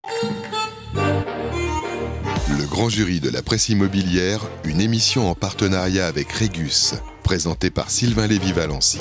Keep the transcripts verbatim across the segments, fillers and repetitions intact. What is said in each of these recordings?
Le grand jury de la presse immobilière, une émission en partenariat avec Régus, présentée par Sylvain Lévy-Valency.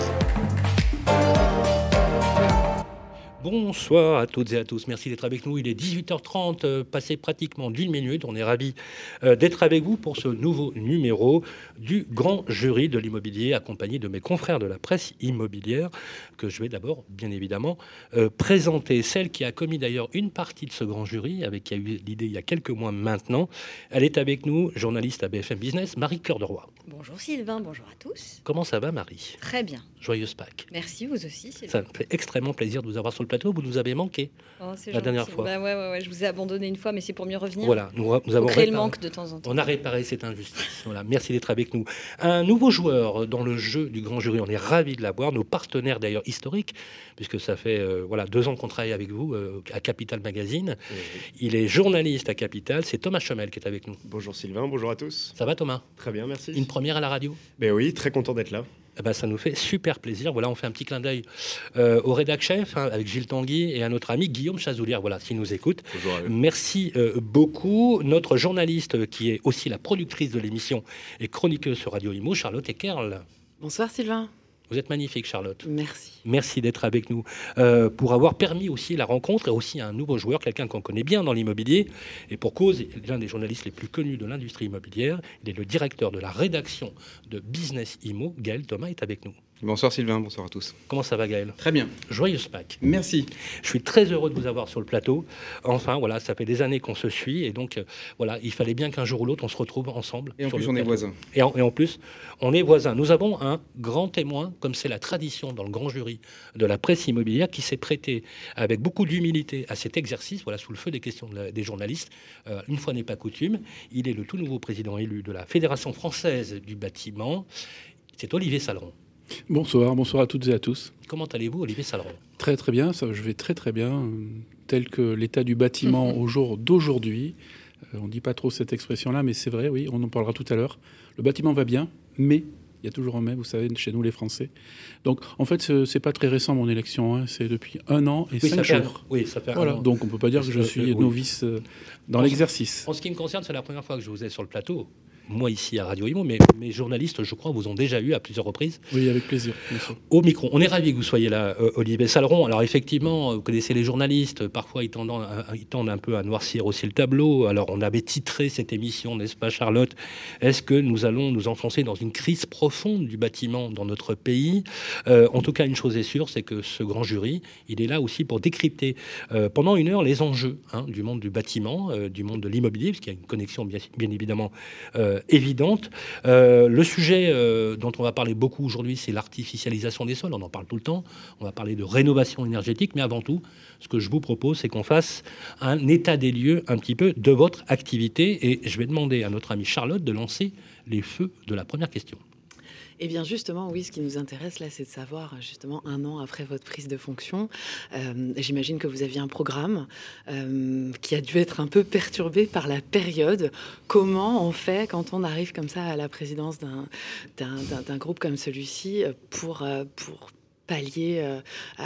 Bonsoir à toutes et à tous, merci d'être avec nous. Il est dix-huit heures trente, euh, passé pratiquement d'une minute. On est ravis euh, d'être avec vous pour ce nouveau numéro du grand jury de l'immobilier, accompagné de mes confrères de la presse immobilière, que je vais d'abord, bien évidemment, euh, présenter. Celle qui a commis d'ailleurs une partie de ce grand jury, avec qui a eu l'idée il y a quelques mois maintenant. Elle est avec nous, journaliste à B F M Business, Marie-Claire de Roy. Bonjour Sylvain, bonjour à tous. Comment ça va, Marie ? Très bien. Joyeuse Pâques. Merci, vous aussi Sylvain. Ça me fait extrêmement plaisir de vous avoir sur le plateau. Vous nous avez manqué oh, c'est la gentil. dernière fois. Bah ouais, ouais, ouais, je vous ai abandonné une fois, mais c'est pour mieux revenir. Voilà, nous, nous avons créer réparé, le manque de temps en temps. On a réparé cette injustice. Voilà, merci d'être avec nous. Un nouveau joueur dans le jeu du grand jury, on est ravis de l'avoir. Nos partenaires d'ailleurs historiques, puisque ça fait euh, voilà, deux ans qu'on travaille avec vous euh, à Capital Magazine. Oui, oui. Il est journaliste à Capital, c'est Thomas Chomel qui est avec nous. Bonjour Sylvain, bonjour à tous. Ça va Thomas ? Très bien, merci. Une première à la radio ? Ben oui, très content d'être là. Eh ben, ça nous fait super plaisir. Voilà, on fait un petit clin d'œil euh, au rédac chef hein, avec Gilles Tanguy et à notre ami Guillaume Chazoulière. Voilà, s'il nous écoute. Bonjour à vous. Merci euh, beaucoup. Notre journaliste qui est aussi la productrice de l'émission et chroniqueuse sur Radio Imo, Charlotte Ekerl. Bonsoir Sylvain. Vous êtes magnifique, Charlotte. Merci. Merci d'être avec nous, euh, pour avoir permis aussi la rencontre et aussi un nouveau joueur, quelqu'un qu'on connaît bien dans l'immobilier. Et pour cause, l'un des journalistes les plus connus de l'industrie immobilière. Il est le directeur de la rédaction de Business Imo. Gaël Thomas est avec nous. Bonsoir Sylvain, bonsoir à tous. Comment ça va Gaël ? Très bien. Joyeuse Pâques. Merci. Je suis très heureux de vous avoir sur le plateau. Enfin, voilà, ça fait des années qu'on se suit. Et donc, euh, voilà, il fallait bien qu'un jour ou l'autre, on se retrouve ensemble. Et en plus, on plateau. est voisins. Et en, et en plus, on est voisins. Nous avons un grand témoin, comme c'est la tradition dans le grand jury de la presse immobilière, qui s'est prêté avec beaucoup d'humilité à cet exercice, voilà, sous le feu des questions de la, des journalistes. Euh, une fois n'est pas coutume, il est le tout nouveau président élu de la Fédération française du bâtiment. C'est Olivier Saleron. Bonsoir, bonsoir à toutes et à tous. Comment allez-vous, Olivier Saleron ? Très très bien, ça, je vais très très bien, euh, tel que l'état du bâtiment mmh. au jour d'aujourd'hui. Euh, on ne dit pas trop cette expression-là, mais c'est vrai, oui, on en parlera tout à l'heure. Le bâtiment va bien, mais il y a toujours un mais, vous savez, chez nous les Français. Donc en fait, ce n'est pas très récent mon élection, hein, c'est depuis un an et oui, cinq ça jours. Fait, oui, ça fait voilà, un an. Donc on ne peut pas dire Parce que je suis que, novice euh, dans en l'exercice. En ce qui me concerne, c'est la première fois que je vous ai sur le plateau. Moi ici à Radio Imo, mais mes journalistes, je crois, vous ont déjà eu à plusieurs reprises. Oui, avec plaisir. Au micro. On est ravis que vous soyez là, euh, Olivier Saleron. Alors effectivement, vous connaissez les journalistes, parfois ils tendent, ils tendent un peu à noircir aussi le tableau. Alors on avait titré cette émission, n'est-ce pas Charlotte ? Est-ce que nous allons nous enfoncer dans une crise profonde du bâtiment dans notre pays ? euh, En tout cas, une chose est sûre, c'est que ce grand jury, il est là aussi pour décrypter euh, pendant une heure les enjeux hein, du monde du bâtiment, euh, du monde de l'immobilier, parce qu'il y a une connexion bien, bien évidemment euh, évidente. Euh, le sujet euh, dont on va parler beaucoup aujourd'hui, c'est l'artificialisation des sols. On en parle tout le temps. On va parler de rénovation énergétique, mais avant tout, ce que je vous propose, c'est qu'on fasse un état des lieux un petit peu de votre activité. Et je vais demander à notre amie Charlotte de lancer les feux de la première question. Eh bien justement, oui, ce qui nous intéresse là, c'est de savoir, justement, un an après votre prise de fonction, euh, j'imagine que vous aviez un programme euh, qui a dû être un peu perturbé par la période. Comment on fait quand on arrive comme ça à la présidence d'un, d'un, d'un, d'un groupe comme celui-ci pour, euh, pour pallier euh,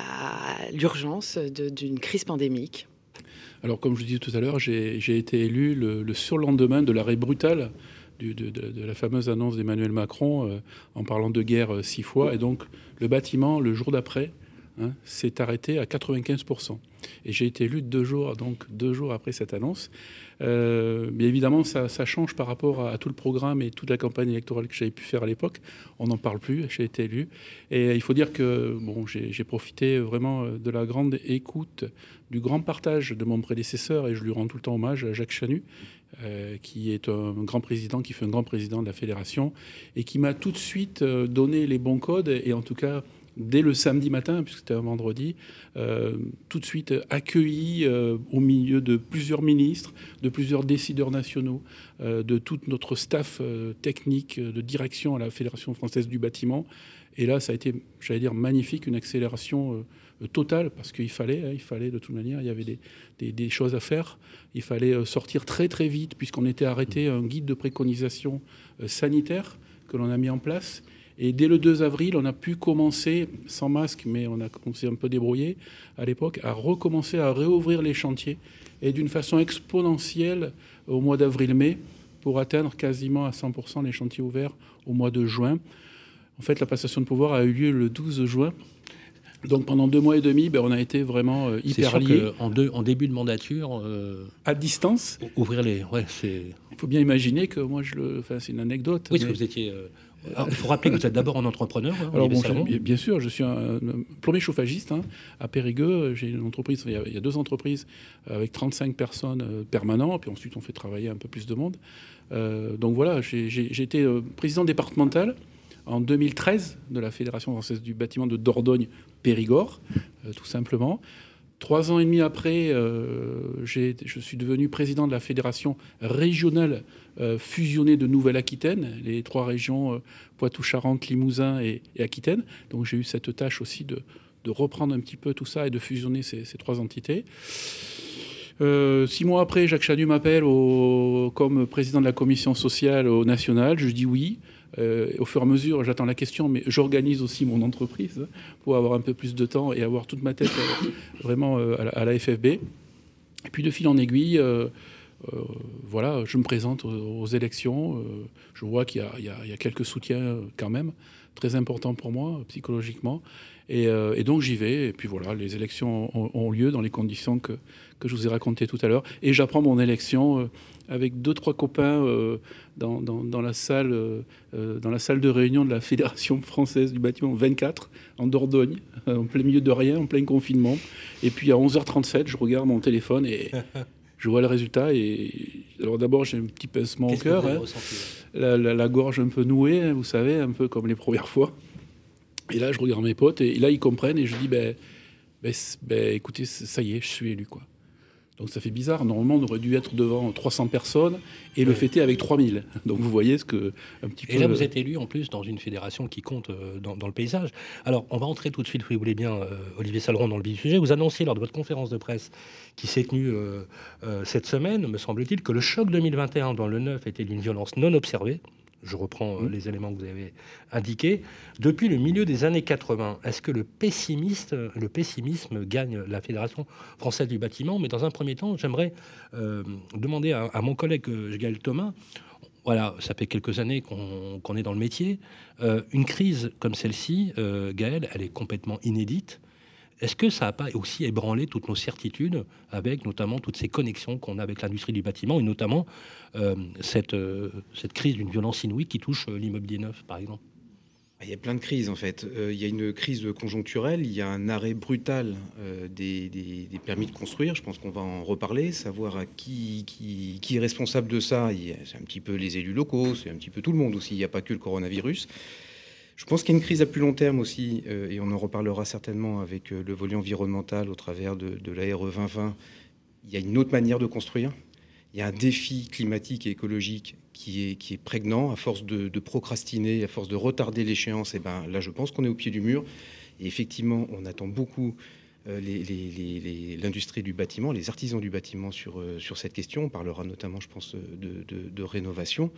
à l'urgence de, d'une crise pandémique ? Alors, comme je vous disais tout à l'heure, j'ai, j'ai été élu le, le surlendemain de l'arrêt brutal Du, de, de, de la fameuse annonce d'Emmanuel Macron euh, en parlant de guerre euh, six fois. Et donc, le bâtiment, le jour d'après, hein, s'est arrêté à quatre-vingt-quinze pour cent. Et j'ai été élu deux jours, donc deux jours après cette annonce. Euh, mais évidemment, ça, ça change par rapport à, à tout le programme et toute la campagne électorale que j'avais pu faire à l'époque. On n'en parle plus, j'ai été élu. Et il faut dire que bon, j'ai, j'ai profité vraiment de la grande écoute, du grand partage de mon prédécesseur, et je lui rends tout le temps hommage à Jacques Chanu, Euh, qui est un grand président, qui fait un grand président de la fédération, et qui m'a tout de suite euh, donné les bons codes, et en tout cas, dès le samedi matin, puisque c'était un vendredi, euh, tout de suite accueilli euh, au milieu de plusieurs ministres, de plusieurs décideurs nationaux, euh, de tout notre staff euh, technique de direction à la Fédération française du bâtiment. Et là, ça a été, j'allais dire, magnifique, une accélération euh, totale, parce qu'il fallait, hein, il fallait de toute manière, il y avait des, des, des choses à faire. Il fallait euh, sortir très très vite, puisqu'on était arrêté un guide de préconisation euh, sanitaire que l'on a mis en place. Et dès le deux avril, on a pu commencer, sans masque, mais on a commencé un peu débrouillé à l'époque, à recommencer à réouvrir les chantiers. et d'une façon exponentielle au mois d'avril-mai pour atteindre quasiment à cent pour cent les chantiers ouverts au mois de juin. En fait, la passation de pouvoir a eu lieu le douze juin. Donc pendant deux mois et demi, ben, on a été vraiment euh, hyper c'est sûr liés. En, deux, en début de mandature, euh, à distance. Ouvrir les, ouais, c'est. Il faut bien imaginer que moi, je le, enfin, c'est une anecdote. Oui, parce mais... que vous étiez. Euh... Alors, il faut rappeler que vous êtes d'abord un entrepreneur. Hein, Alors bon, je, bien sûr, je suis un, un plombier chauffagiste hein, à Périgueux. J'ai une entreprise. Il y, a, il y a deux entreprises avec trente-cinq personnes euh, permanents. Puis ensuite, on fait travailler un peu plus de monde. Euh, donc voilà, j'ai, j'ai, j'ai été euh, président départemental en deux mille treize de la Fédération française du bâtiment de Dordogne-Périgord, euh, tout simplement. Trois ans et demi après, euh, j'ai, je suis devenu président de la Fédération régionale euh, fusionnée de Nouvelle-Aquitaine, les trois régions euh, Poitou-Charentes, Limousin et, et Aquitaine. Donc j'ai eu cette tâche aussi de, de reprendre un petit peu tout ça et de fusionner ces, ces trois entités. Euh, six mois après, Jacques Chanu m'appelle au, comme président de la commission sociale au national. Je dis oui. Euh, au fur et à mesure, j'attends la question, mais j'organise aussi mon entreprise pour avoir un peu plus de temps et avoir toute ma tête euh, vraiment euh, à, la, à la F F B. Et puis de fil en aiguille, euh, euh, voilà, je me présente aux, aux élections. Euh, je vois qu'il y a, il y a, il y a quelques soutiens quand même, très importants pour moi, psychologiquement. Et, euh, et donc j'y vais. Et puis voilà, les élections ont, ont lieu dans les conditions que, que je vous ai racontées tout à l'heure. Et j'apprends mon élection euh, avec deux, trois copains euh, dans, dans, dans, la salle, euh, dans la salle de réunion de la Fédération française du bâtiment vingt-quatre, en Dordogne, en plein milieu de rien, en plein confinement. Et puis à onze heures trente-sept, je regarde mon téléphone et je vois le résultat. Et alors d'abord, j'ai un petit pincement au cœur, hein, la, la, la gorge un peu nouée, hein, vous savez, un peu comme les premières fois. Et là, je regarde mes potes, et là, ils comprennent, et je dis, ben, ben, ben écoutez, ça y est, je suis élu, quoi. Donc ça fait bizarre. Normalement, on aurait dû être devant trois cents personnes et le fêter avec trois mille. Donc vous voyez ce que un petit peu. Et là, vous êtes élu en plus dans une fédération qui compte euh, dans, dans le paysage. Alors, on va entrer tout de suite, si vous voulez bien, euh, Olivier Saleron, dans le vif du sujet. Vous annonciez lors de votre conférence de presse qui s'est tenue euh, euh, cette semaine, me semble-t-il, que le choc deux mille vingt et un dans le neuf était d'une violence non observée. Je reprends euh, les éléments que vous avez indiqués. Depuis le milieu des années quatre-vingts, est-ce que le, pessimiste, le pessimisme gagne la Fédération française du bâtiment? Mais dans un premier temps, j'aimerais euh, demander à, à mon collègue Gaël Thomas, voilà, ça fait quelques années qu'on, qu'on est dans le métier, euh, une crise comme celle-ci, euh, Gaël, elle est complètement inédite. Est-ce que ça n'a pas aussi ébranlé toutes nos certitudes, avec notamment toutes ces connexions qu'on a avec l'industrie du bâtiment, et notamment euh, cette, euh, cette crise d'une violence inouïe qui touche euh, l'immobilier neuf, par exemple? Il y a plein de crises, en fait. Euh, il y a une crise conjoncturelle, il y a un arrêt brutal euh, des, des, des permis de construire. Je pense qu'on va en reparler, savoir à qui, qui, qui est responsable de ça. Il y a, c'est un petit peu les élus locaux, c'est un petit peu tout le monde aussi. Il n'y a pas que le coronavirus. Je pense qu'il y a une crise à plus long terme aussi, euh, et on en reparlera certainement avec euh, le volet environnemental au travers de, de l'A R E vingt vingt. Il y a une autre manière de construire. Il y a un défi climatique et écologique qui est, qui est prégnant. À force de, de procrastiner, à force de retarder l'échéance, et ben, là, je pense qu'on est au pied du mur. Et effectivement, on attend beaucoup euh, les, les, les, les, l'industrie du bâtiment, les artisans du bâtiment sur, euh, sur cette question. On parlera notamment, je pense, de, de, de rénovation.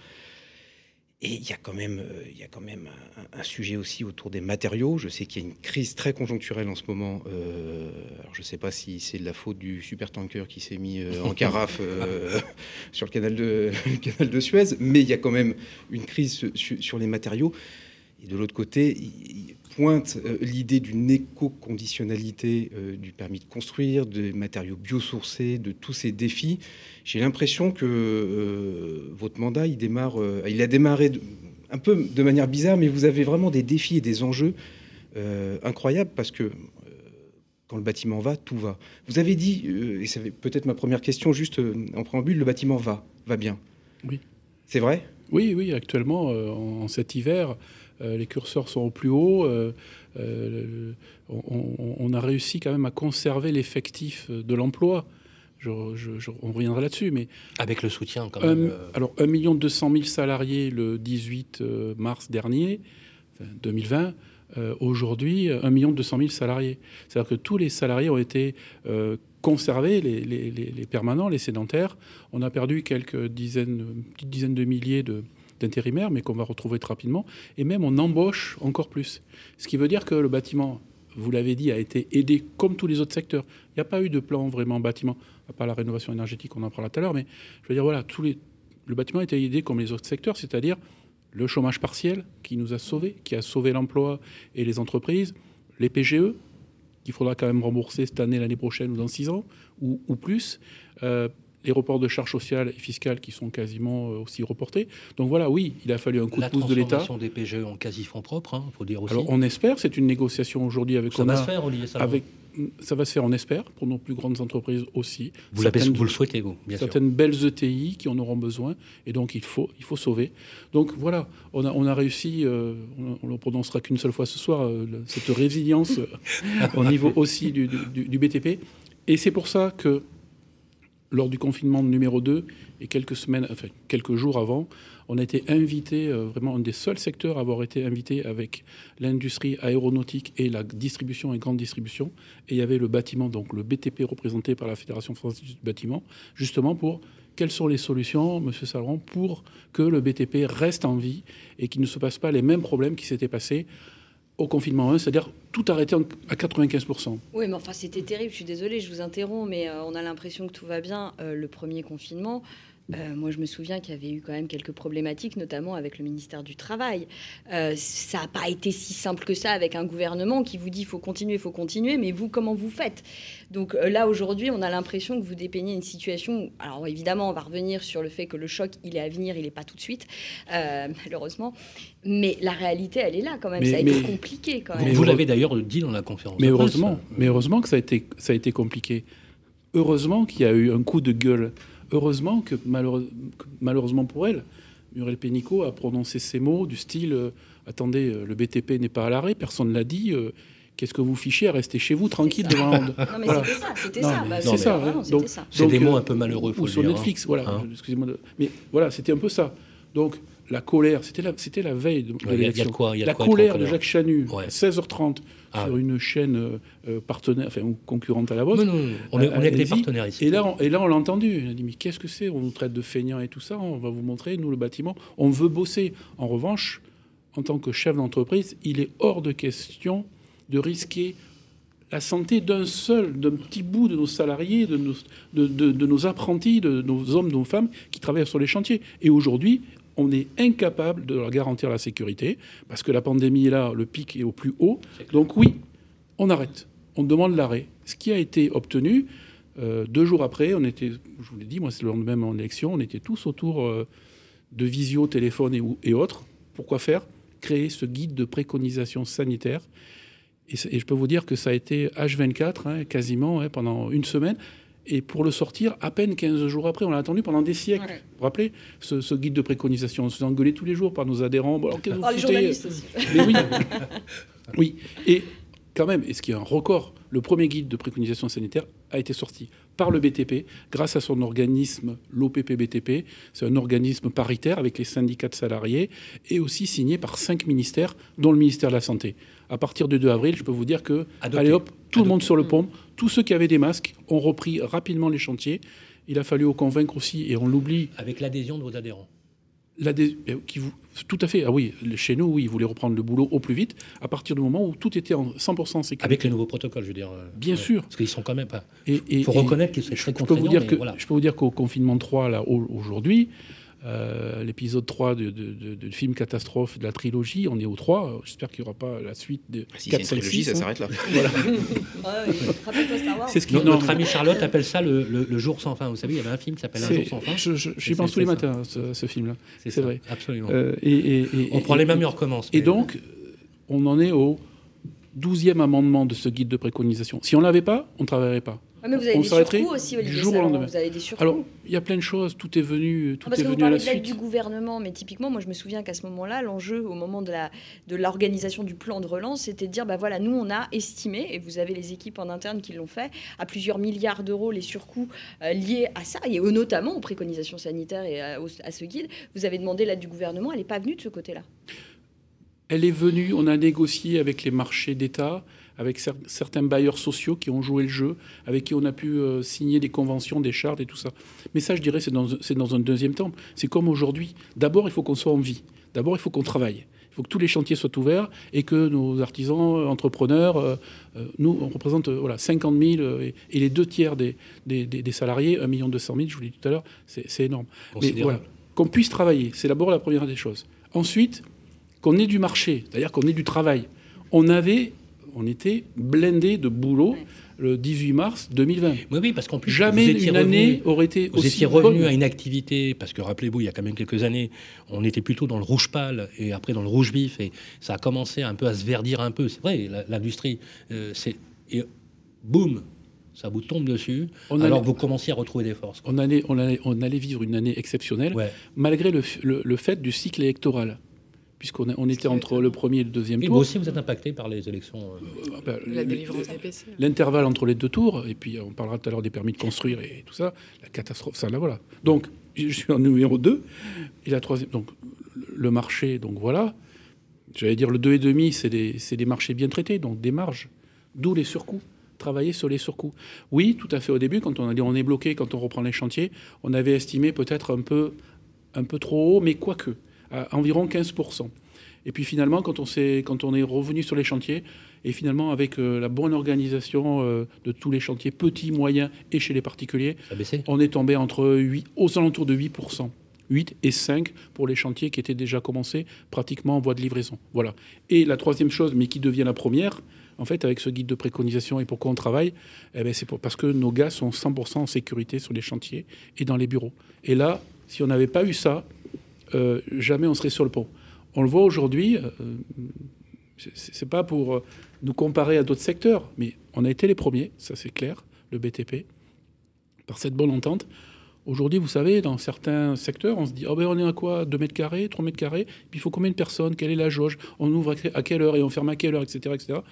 Et il y a quand même, il y a quand même un, un sujet aussi autour des matériaux. Je sais qu'il y a une crise très conjoncturelle en ce moment. Euh, alors je ne sais pas si c'est de la faute du supertanker qui s'est mis euh, en carafe euh, sur le canal, de, le canal de Suez, mais il y a quand même une crise sur, sur les matériaux. Et de l'autre côté, il pointe euh, l'idée d'une éco-conditionnalité euh, du permis de construire, des matériaux biosourcés, de tous ces défis. J'ai l'impression que euh, votre mandat, il démarre, euh, il a démarré de, un peu de manière bizarre, mais vous avez vraiment des défis et des enjeux euh, incroyables parce que euh, quand le bâtiment va, tout va. Vous avez dit, euh, et c'est peut-être ma première question, juste euh, en préambule, le bâtiment va, va bien. Oui. C'est vrai ? Oui, oui, actuellement, euh, en, en cet hiver, euh, les curseurs sont au plus haut. Euh, euh, on, on a réussi quand même à conserver l'effectif de l'emploi. Je, je, je, on reviendra là-dessus, mais... Avec le soutien, quand même. Un, euh... Alors, un million deux cent mille salariés le dix-huit mars dernier, enfin, deux mille vingt. Euh, aujourd'hui, un million deux cent mille salariés. C'est-à-dire que tous les salariés ont été euh, conservés, les, les, les, les permanents, les sédentaires. On a perdu quelques dizaines, une petite dizaine de milliers de, d'intérimaires, mais qu'on va retrouver très rapidement. Et même, on embauche encore plus. Ce qui veut dire que le bâtiment, vous l'avez dit, a été aidé comme tous les autres secteurs. Il n'y a pas eu de plan vraiment bâtiment. à part la rénovation énergétique, on en parlera tout à l'heure, mais je veux dire, voilà, tous les, le bâtiment a été aidé comme les autres secteurs, c'est-à-dire le chômage partiel qui nous a sauvés, qui a sauvé l'emploi et les entreprises, les P G E, qu'il faudra quand même rembourser cette année, l'année prochaine ou dans six ans, ou, ou plus, euh, les reports de charges sociales et fiscales qui sont quasiment aussi reportés. Donc voilà, oui, il a fallu un coup la de pouce de l'État. La transformation des P G E en quasi fonds propres, il hein, faut dire aussi. Alors on espère, c'est une négociation aujourd'hui avec... Ça va se faire, Olivier Salleron. Avec, ça va se faire, on espère, pour nos plus grandes entreprises aussi. Vous, certaines, vous le souhaitez, vous, bien certaines sûr. belles E T I qui en auront besoin, et donc il faut, il faut sauver. Donc voilà, on a, on a réussi, euh, on ne le prononcera qu'une seule fois ce soir, euh, cette résilience euh, au niveau aussi du, du, du B T P. Et c'est pour ça que lors du confinement numéro deux, et quelques semaines, enfin quelques jours avant, on a été invité, euh, vraiment un des seuls secteurs à avoir été invité avec l'industrie aéronautique et la distribution et grande distribution. Et il y avait le bâtiment, donc le B T P représenté par la Fédération française du bâtiment, justement pour quelles sont les solutions, Monsieur Salleron, pour que le B T P reste en vie et qu'il ne se passe pas les mêmes problèmes qui s'étaient passés au confinement un, c'est-à-dire tout arrêté à quatre-vingt-quinze pour cent. Oui, mais enfin, c'était terrible. Je suis désolée, je vous interromps, mais euh, on a l'impression que tout va bien. Euh, le premier confinement, euh, moi, je me souviens qu'il y avait eu quand même quelques problématiques, notamment avec le ministère du Travail. Euh, ça n'a pas été si simple que ça avec un gouvernement qui vous dit « il faut continuer, il faut continuer », mais vous, comment vous faites ? Donc euh, là, aujourd'hui, on a l'impression que vous dépeignez une situation... Où, alors évidemment, on va revenir sur le fait que le choc, il est à venir, il n'est pas tout de suite, euh, malheureusement. Mais la réalité, elle est là quand même. Mais, ça a mais, été compliqué quand même. Mais vous l'avez d'ailleurs dit dans la conférence. Mais de heureusement, presse. mais heureusement que ça a été, ça a été compliqué. Heureusement qu'il y a eu un coup de gueule. Heureusement que, malheure, que malheureusement pour elle, Muriel Pénicaud a prononcé ces mots du style euh, « Attendez, euh, le B T P n'est pas à l'arrêt, personne ne l'a dit. Euh, Qu'est-ce que vous fichez à rester chez vous tranquille devant un... » Non, mais voilà. c'était ça, c'était non, ça. Bah, c'est ça. Hein. Donc, ça. C'est des mots un peu malheureux, faut ou le sur dire, Netflix, hein. voilà. Hein. Excusez-moi. De... Mais voilà, c'était un peu ça. Donc, la colère, c'était la, c'était la veille de, de ouais, l'élection. Y a de quoi, y a de la quoi colère de Jacques Chanu, ouais. à seize heures trente, ah, sur ouais. une chaîne euh, partenaire, enfin, concurrente à la vôtre. Non, non, on est, on est avec des partenaires ici. Et là, on, et là, on l'a entendu. Il a dit, mais qu'est-ce que c'est ? On nous traite de feignants et tout ça. On va vous montrer, nous, le bâtiment. On veut bosser. En revanche, en tant que chef d'entreprise, il est hors de question de risquer la santé d'un seul, d'un petit bout de nos salariés, de nos, de, de, de nos apprentis, de nos hommes, de nos femmes qui travaillent sur les chantiers. Et aujourd'hui, on est incapable de leur garantir la sécurité parce que la pandémie est là, le pic est au plus haut. Donc oui, on arrête, on demande l'arrêt. Ce qui a été obtenu, euh, deux jours après, on était, je vous l'ai dit, moi c'est le lendemain de mon élection, on était tous autour euh, de visio, téléphone et, et autres. Pourquoi faire ? Créer ce guide de préconisation sanitaire. Et, et je peux vous dire que ça a été H vingt-quatre, hein, quasiment, hein, pendant une semaine. Et pour le sortir, à peine quinze jours après, on l'a attendu pendant des siècles. Ouais. Vous vous rappelez, ce, ce guide de préconisation, on se faisait engueuler tous les jours par nos adhérents. Bon, alors, qu'est-ce que vous oh, les journalistes aussi. Mais oui, oui. Et quand même, et ce qui est un record, le premier guide de préconisation sanitaire a été sorti par le B T P, grâce à son organisme, l'O P P B T P. C'est un organisme paritaire avec les syndicats de salariés, et aussi signé par cinq ministères, dont le ministère de la Santé. À partir du deux avril, je peux vous dire que, Adopté. allez hop, tout Adopté. le monde sur le pont, tous ceux qui avaient des masques ont repris rapidement les chantiers. Il a fallu convaincre aussi, et on l'oublie... Avec l'adhésion de vos adhérents. L'adhésion, qui vous, tout à fait, ah oui, chez nous, oui, ils voulaient reprendre le boulot au plus vite, à partir du moment où tout était en cent pour cent sécurité. Avec les nouveaux protocoles, je veux dire. Bien ouais, sûr. Parce qu'ils sont quand même pas... Il faut reconnaître qu'ils sont très contraignants, je peux vous dire que, voilà. Je peux vous dire qu'au confinement trois, là, aujourd'hui... Euh, l'épisode trois du de, de, de film catastrophe de la trilogie, on est au trois, j'espère qu'il n'y aura pas la suite de si quatre, c'est une trilogie, cinq, ça s'arrête là. Voilà. C'est ce que notre amie Charlotte appelle ça le, le, le jour sans fin. Vous savez, il y avait un film qui s'appelle Un jour sans fin. Je, je, j'y pense tous les matins, ce, ce film-là. C'est, c'est ça, vrai. Absolument. Euh, et, et, et, on et, prend les mêmes et on recommence. Et mais... donc, on en est au douzième amendement de ce guide de préconisation. Si on ne l'avait pas, on ne travaillerait pas. Ah, mais vous avez on des surcoûts aussi, Olivier Salleron. Vous avez des surcoûts. Alors, il y a plein de choses. Tout est venu, tout ah, parce est que venu à la suite. Parce que vous parlez de l'aide du gouvernement, mais typiquement, moi, je me souviens qu'à ce moment-là, l'enjeu, au moment de, la, de l'organisation du plan de relance, c'était de dire, bah voilà, nous, on a estimé, et vous avez les équipes en interne qui l'ont fait, à plusieurs milliards d'euros les surcoûts euh, liés à ça, et notamment aux préconisations sanitaires et à, à ce guide. Vous avez demandé l'aide du gouvernement, elle n'est pas venue de ce côté-là. Elle est venue, on a négocié avec les marchés d'État, avec cer- certains bailleurs sociaux qui ont joué le jeu, avec qui on a pu euh, signer des conventions, des chartes et tout ça. Mais ça, je dirais, c'est dans, c'est dans un deuxième temps. C'est comme aujourd'hui. D'abord, il faut qu'on soit en vie. D'abord, il faut qu'on travaille. Il faut que tous les chantiers soient ouverts et que nos artisans, entrepreneurs, euh, euh, nous, on représente euh, voilà, cinquante mille euh, et, et les deux tiers des, des, des, des salariés, un million deux cent mille, je vous l'ai dit tout à l'heure, c'est, c'est énorme. Mais voilà, qu'on puisse travailler, c'est d'abord la première des choses. Ensuite, qu'on ait du marché, c'est-à-dire qu'on ait du travail. On avait, on était blindé de boulot. Ouais. Le dix-huit mars deux mille vingt. Oui, oui, parce qu'en plus, jamais une revenu, année aurait été vous aussi étiez revenu bonne. À une activité, parce que rappelez-vous, il y a quand même quelques années, on était plutôt dans le rouge pâle et après dans le rouge vif, et ça a commencé un peu à se verdir un peu. C'est vrai, l'industrie, euh, c'est et boum, ça vous tombe dessus. On alors allait, vous commencez à retrouver des forces. On allait, on allait, on allait vivre une année exceptionnelle, ouais. malgré le, le, le fait du cycle électoral. Puisqu'on a, on était entre le premier et le deuxième et tour. Vous aussi, vous êtes impacté par les élections euh... bah, La délivrance des P C. L'intervalle entre les deux tours, et puis on parlera tout à l'heure des permis de construire et tout ça, la catastrophe, ça, là, voilà. Donc, je suis en numéro deux, et la troisième, donc, le marché, donc voilà. J'allais dire, le deux virgule cinq, c'est des, c'est des marchés bien traités, donc des marges, d'où les surcoûts. Travailler sur les surcoûts. Oui, tout à fait, au début, quand on, a dit, on est bloqué, quand on reprend les chantiers, on avait estimé peut-être un peu, un peu trop haut, mais quoique. À environ quinze pour cent. Et puis finalement, quand on, s'est, quand on est revenu sur les chantiers, et finalement avec euh, la bonne organisation euh, de tous les chantiers, petits, moyens et chez les particuliers, on est tombé entre huit, aux alentours de huit pour cent. huit et cinq pour les chantiers qui étaient déjà commencés, pratiquement en voie de livraison. Voilà. Et la troisième chose, mais qui devient la première, en fait, avec ce guide de préconisation et pourquoi on travaille, eh bien, c'est pour, parce que nos gars sont cent pour cent en sécurité sur les chantiers et dans les bureaux. Et là, si on n'avait pas eu ça, Euh, jamais on serait sur le pont. On le voit aujourd'hui, euh, c'est pas pour euh, nous comparer à d'autres secteurs, mais on a été les premiers, ça c'est clair, le B T P, par cette bonne entente. Aujourd'hui, vous savez, dans certains secteurs, on se dit oh ben on est à quoi, deux mètres carrés, trois mètres carrés, puis il faut combien de personnes, quelle est la jauge, on ouvre à quelle heure et on ferme à quelle heure, et cetera, et cetera.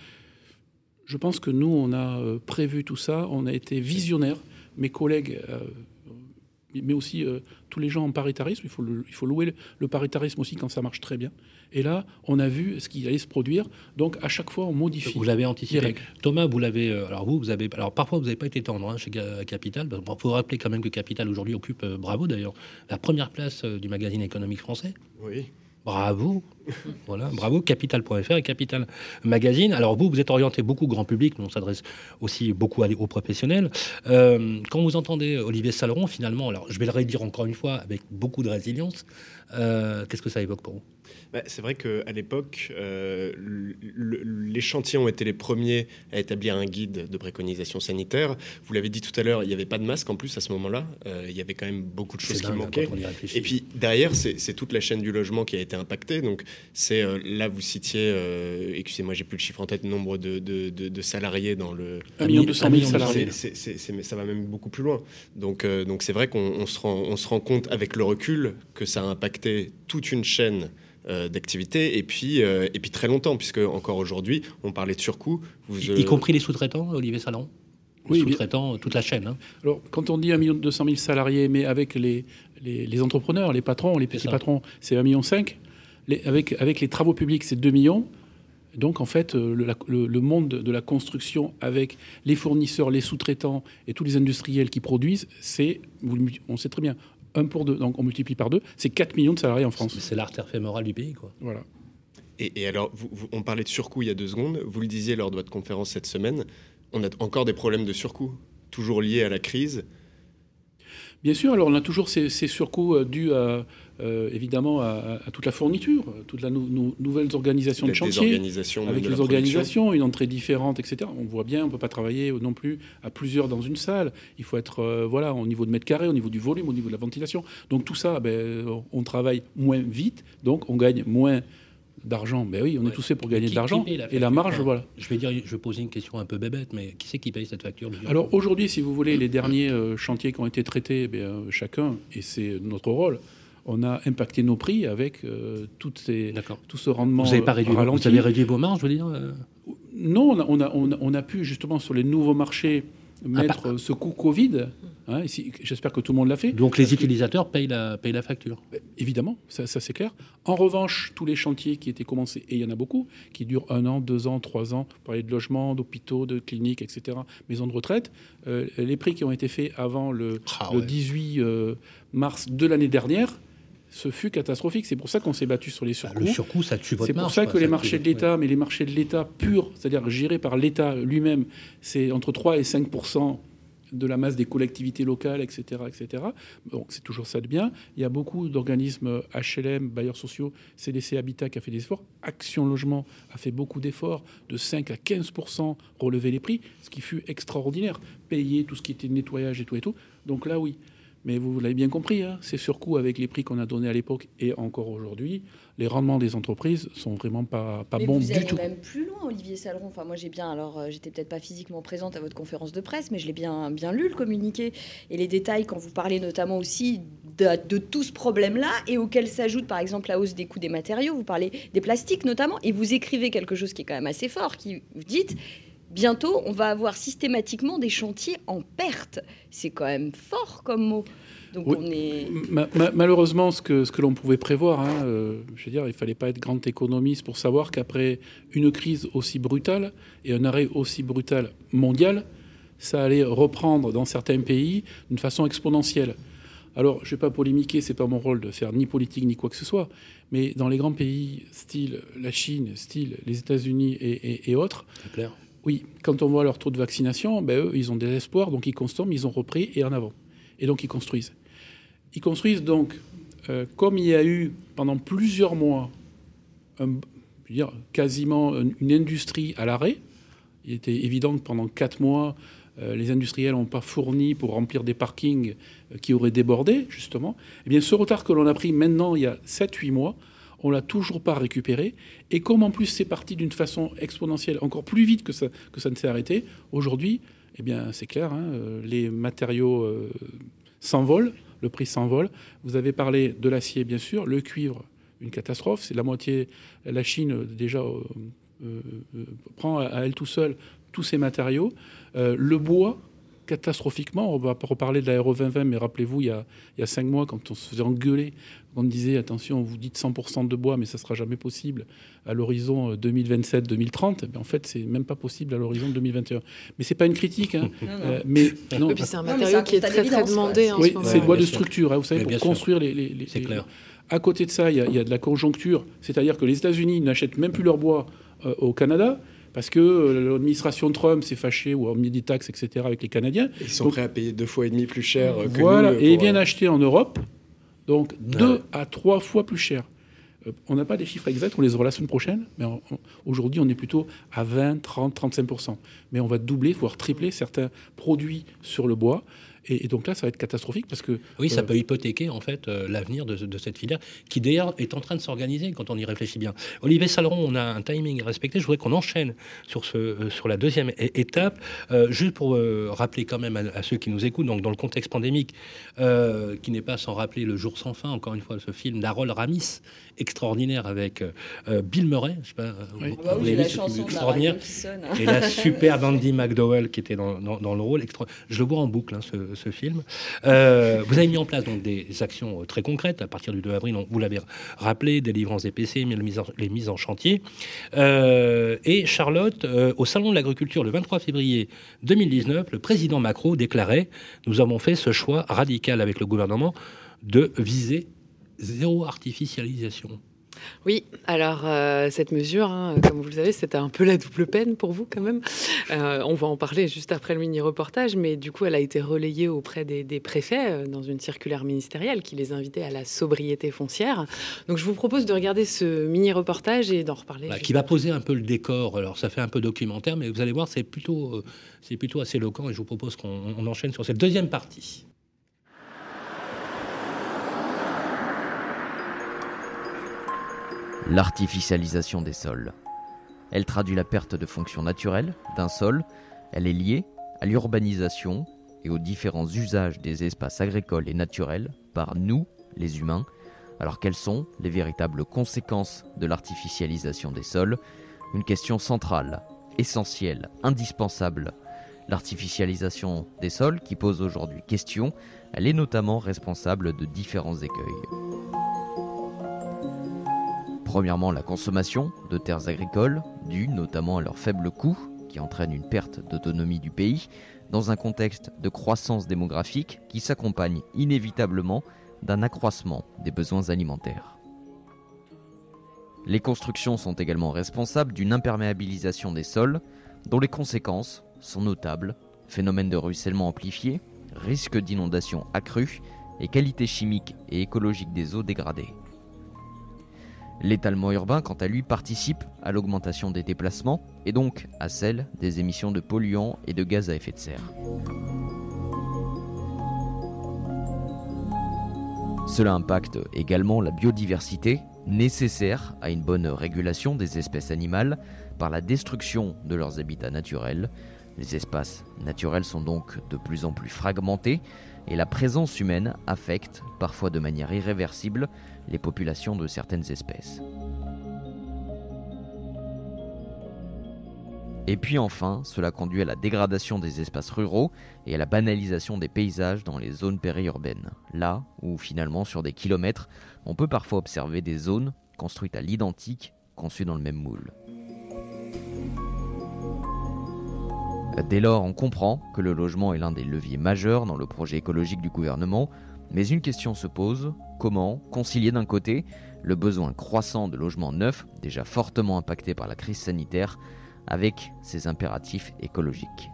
Je pense que nous, on a prévu tout ça, on a été visionnaires. Mes collègues, euh, mais aussi euh, tous les gens en paritarisme, il faut, le, il faut louer le, le paritarisme aussi quand ça marche très bien. Et là, on a vu ce qui allait se produire. Donc, à chaque fois, on modifie. Vous l'avez anticipé. Thomas, vous l'avez... Euh, alors, vous, vous avez... Alors, parfois, vous n'avez pas été tendre hein, chez Capital. Il bon, faut rappeler quand même que Capital, aujourd'hui, occupe, euh, bravo d'ailleurs, la première place euh, du magazine économique français. Oui. Bravo, voilà, bravo, Capital point F R et Capital Magazine. Alors vous, vous êtes orienté beaucoup grand public, mais on s'adresse aussi beaucoup aux professionnels. Euh, quand vous entendez Olivier Saleron, finalement, alors je vais le redire encore une fois avec beaucoup de résilience, euh, qu'est-ce que ça évoque pour vous ? Bah, c'est vrai qu'à l'époque, euh, le, le, les chantiers ont été les premiers à établir un guide de préconisation sanitaire. Vous l'avez dit tout à l'heure, il n'y avait pas de masque en plus à ce moment-là. Euh, il y avait quand même beaucoup de choses c'est qui manquaient. Et puis derrière, c'est, c'est toute la chaîne du logement qui a été impactée. Donc c'est euh, là, vous citiez, euh, excusez-moi, j'ai plus le chiffre en tête, nombre de, de, de, de salariés dans le... un million deux cent mille salariés. C'est, c'est, c'est, c'est, ça va même beaucoup plus loin. Donc, euh, donc c'est vrai qu'on on se, rend, on se rend compte avec le recul que ça a impacté toute une chaîne Euh, d'activité et puis euh, et puis très longtemps, puisque encore aujourd'hui on parlait de surcoût, vous, y, euh... y compris les sous-traitants, Olivier Saleron. Les oui, sous-traitants, bien... toute la chaîne hein. Alors quand on dit un million deux cent mille salariés, mais avec les, les, les entrepreneurs, les patrons, les petits patrons, c'est un million cinq. Les, avec avec les travaux publics, c'est deux millions. Donc en fait le, le, le monde de la construction avec les fournisseurs, les sous-traitants et tous les industriels qui produisent, c'est, on sait très bien, un pour deux, donc on multiplie par deux, c'est quatre millions de salariés en France. C'est l'artère fémorale du pays, quoi. Voilà. Et, et alors, vous, vous, on parlait de surcoût il y a deux secondes, vous le disiez lors de votre conférence cette semaine, on a encore des problèmes de surcoût, toujours liés à la crise. Bien sûr, alors on a toujours ces, ces surcoûts euh, dus à, euh, évidemment à, à toute la fourniture, toute la nou, nou, nouvelles organisations la de chantier, avec de les organisations, une entrée différente, et cetera. On voit bien, on ne peut pas travailler non plus à plusieurs dans une salle. Il faut être euh, voilà, au niveau de mètres carrés, au niveau du volume, au niveau de la ventilation. Donc tout ça, ben, on travaille moins vite, donc on gagne moins d'argent. Ben oui, on ouais. est tous faits pour gagner qui, de l'argent. La et la marge, enfin, voilà. Je vais dire, je vais poser une question un peu bébête, mais qui c'est qui paye cette facture? Alors aujourd'hui, si vous voulez, les derniers euh, chantiers qui ont été traités, ben, euh, chacun, et c'est notre rôle, on a impacté nos prix avec euh, toutes ces, tout ce rendement. Vous n'avez pas réduit, ralenti. Vous avez réduit vos marges, je veux dire euh... Non, on a, on, a, on, a, on a pu justement sur les nouveaux marchés mettre ah, ce coût Covid. Hein, ici, j'espère que tout le monde l'a fait. Donc les utilisateurs payent la, payent la facture. Évidemment, ça, ça c'est clair. En revanche, tous les chantiers qui étaient commencés, et il y en a beaucoup, qui durent un an, deux ans, trois ans, pour parler de logements, d'hôpitaux, de cliniques, et cetera, maisons de retraite, euh, les prix qui ont été faits avant le, ah, le ouais. dix-huit mars de l'année dernière, ce fut catastrophique. C'est pour ça qu'on s'est battu sur les surcoûts. Le surcoût, ça tue votre C'est pour marge, ça quoi, que les ça marchés tue de l'État, mais les marchés de l'État purs, c'est-à-dire gérés par l'État lui-même, c'est entre trois et cinq pour cent de la masse des collectivités locales, et cetera, et cetera. Bon, c'est toujours ça de bien. Il y a beaucoup d'organismes H L M, bailleurs sociaux, C D C Habitat qui a fait des efforts. Action Logement a fait beaucoup d'efforts, de cinq à quinze pour cent relever les prix, ce qui fut extraordinaire. Payer tout ce qui était nettoyage et tout et tout. Donc là, oui. Mais vous l'avez bien compris, hein, ces surcoûts avec les prix qu'on a donnés à l'époque et encore aujourd'hui, les rendements des entreprises sont vraiment pas, pas Mais bons vous du allez tout. même plus loin, Olivier Saleron. Enfin, moi, j'ai bien. Alors, euh, j'étais peut-être pas physiquement présente à votre conférence de presse, mais je l'ai bien, bien lu le communiqué et les détails quand vous parlez notamment aussi de, de tout ce problème-là et auquel s'ajoute par exemple la hausse des coûts des matériaux. Vous parlez des plastiques notamment et vous écrivez quelque chose qui est quand même assez fort, qui vous dites. Bientôt, on va avoir systématiquement des chantiers en perte. C'est quand même fort comme mot. Donc oui. on est... Ma- ma- malheureusement, ce que, ce que l'on pouvait prévoir, hein, euh, je veux dire, il ne fallait pas être grand économiste pour savoir qu'après une crise aussi brutale et un arrêt aussi brutal mondial, ça allait reprendre dans certains pays d'une façon exponentielle. Alors, je ne vais pas polémiquer, ce n'est pas mon rôle de faire ni politique ni quoi que ce soit, mais dans les grands pays, style la Chine, style les États-Unis et, et, et autres, C'est clair. oui, quand on voit leur taux de vaccination, ben eux, ils ont des espoirs, donc ils consomment, ils ont repris et en avant. Et donc ils construisent. Ils construisent donc, euh, comme il y a eu pendant plusieurs mois, un, je veux dire, quasiment une industrie à l'arrêt. Il était évident que pendant quatre mois, euh, les industriels n'ont pas fourni pour remplir des parkings euh, qui auraient débordé, justement. Eh bien, ce retard que l'on a pris maintenant, il y a sept huit mois, on ne l'a toujours pas récupéré. Et comme en plus c'est parti d'une façon exponentielle, encore plus vite que ça, que ça ne s'est arrêté, aujourd'hui, eh bien, c'est clair, hein, les matériaux euh, s'envolent, le prix s'envole. Vous avez parlé de l'acier, bien sûr, le cuivre, une catastrophe. C'est la moitié. La Chine, déjà, euh, euh, prend à elle tout seul tous ces matériaux. Euh, le bois, catastrophiquement, on va pas reparler de la R E vingt vingt, mais rappelez-vous, il y a, il y a cinq mois, quand on se faisait engueuler, on disait, attention, vous dites cent pour cent de bois, mais ça ne sera jamais possible à l'horizon deux mille vingt-sept deux mille trente. Ben, en fait, c'est même pas possible à l'horizon deux mille vingt et un. Mais c'est pas une critique. Hein. Non, non. Euh, mais, non, Et puis c'est un Non, mais matériau c'est un qui est constat très, très d'évidence, demandé quoi. en oui, ce moment. c'est le bois bien de sûr. structure, hein, vous savez, Mais pour bien sûr. construire les... les, les C'est les- clair. À côté de ça, il y, a- il y a de la conjoncture, c'est-à-dire que les États-Unis n'achètent même plus leur bois euh, au Canada, parce que euh, l'administration Trump s'est fâchée ou a mis des taxes, et cetera, avec les Canadiens. Ils sont Donc, prêts à payer deux fois et demi plus cher euh, que voilà, nous. euh, et ils pour, viennent euh, acheter en Europe, donc deux à trois fois plus cher. Euh, on n'a pas des chiffres exacts, on les aura la semaine prochaine, mais en- en- aujourd'hui, on est plutôt à vingt, trente, trente-cinq pour cent. Mais on va doubler, voire tripler certains produits sur le bois. Et, et donc là, ça va être catastrophique parce que... Oui, ça euh, peut hypothéquer en fait euh, l'avenir de, de cette filière, qui d'ailleurs est en train de s'organiser quand on y réfléchit bien. Olivier Saleron, on a un timing à respecter. Je voudrais qu'on enchaîne sur, ce, euh, sur la deuxième é- étape, euh, juste pour euh, rappeler quand même à, à ceux qui nous écoutent, donc dans le contexte pandémique, euh, qui n'est pas sans rappeler Le Jour sans fin, encore une fois, ce film d'Harold Ramis, extraordinaire avec euh, Bill Murray. Je sais pas, Oui. vous, Ah bah vous oui, l'avez j'ai la vu, ce film chanson de la extraordinaire. radio qui sonne. Et la super Andy McDowell qui était dans, dans, dans le rôle. Extra... Je le vois en boucle, hein, ce, ce film. Euh, vous avez mis en place donc, des actions euh, très concrètes à partir du deux avril. Donc, vous l'avez rappelé, délivrance des P C, les mises en, les mises en chantier. Euh, et Charlotte, euh, au Salon de l'Agriculture le vingt-trois février deux mille dix-neuf, le président Macron déclarait « Nous avons fait ce choix radical avec le gouvernement de viser zéro artificialisation ». Oui, alors euh, cette mesure, hein, comme vous le savez, c'était un peu la double peine pour vous quand même. Euh, on va en parler juste après le mini-reportage, mais du coup, elle a été relayée auprès des, des préfets euh, dans une circulaire ministérielle qui les invitait à la sobriété foncière. Donc je vous propose de regarder ce mini-reportage et d'en reparler. Voilà, juste qui va après. poser un peu le décor. Alors, ça fait un peu documentaire, mais vous allez voir, c'est plutôt, euh, c'est plutôt assez éloquent. Et je vous propose qu'on on enchaîne sur cette deuxième partie. L'artificialisation des sols. Elle traduit la perte de fonctions naturelles d'un sol. Elle est liée à l'urbanisation et aux différents usages des espaces agricoles et naturels par nous, les humains. Alors quelles sont les véritables conséquences de l'artificialisation des sols ? Une question centrale, essentielle, indispensable. L'artificialisation des sols qui pose aujourd'hui question, elle est notamment responsable de différents écueils. Premièrement, la consommation de terres agricoles, due notamment à leur faible coût, qui entraîne une perte d'autonomie du pays, dans un contexte de croissance démographique qui s'accompagne inévitablement d'un accroissement des besoins alimentaires. Les constructions sont également responsables d'une imperméabilisation des sols, dont les conséquences sont notables: phénomène de ruissellement amplifié, risque d'inondation accru et qualité chimique et écologique des eaux dégradées. L'étalement urbain, quant à lui, participe à l'augmentation des déplacements et donc à celle des émissions de polluants et de gaz à effet de serre. Cela impacte également la biodiversité, nécessaire à une bonne régulation des espèces animales par la destruction de leurs habitats naturels. Les espaces naturels sont donc de plus en plus fragmentés et la présence humaine affecte, parfois de manière irréversible, les populations de certaines espèces. Et puis enfin, cela conduit à la dégradation des espaces ruraux et à la banalisation des paysages dans les zones périurbaines, là où finalement sur des kilomètres, on peut parfois observer des zones construites à l'identique, conçues dans le même moule. Dès lors, on comprend que le logement est l'un des leviers majeurs dans le projet écologique du gouvernement, mais une question se pose: comment concilier d'un côté le besoin croissant de logements neufs, déjà fortement impacté par la crise sanitaire, avec ces impératifs écologiques?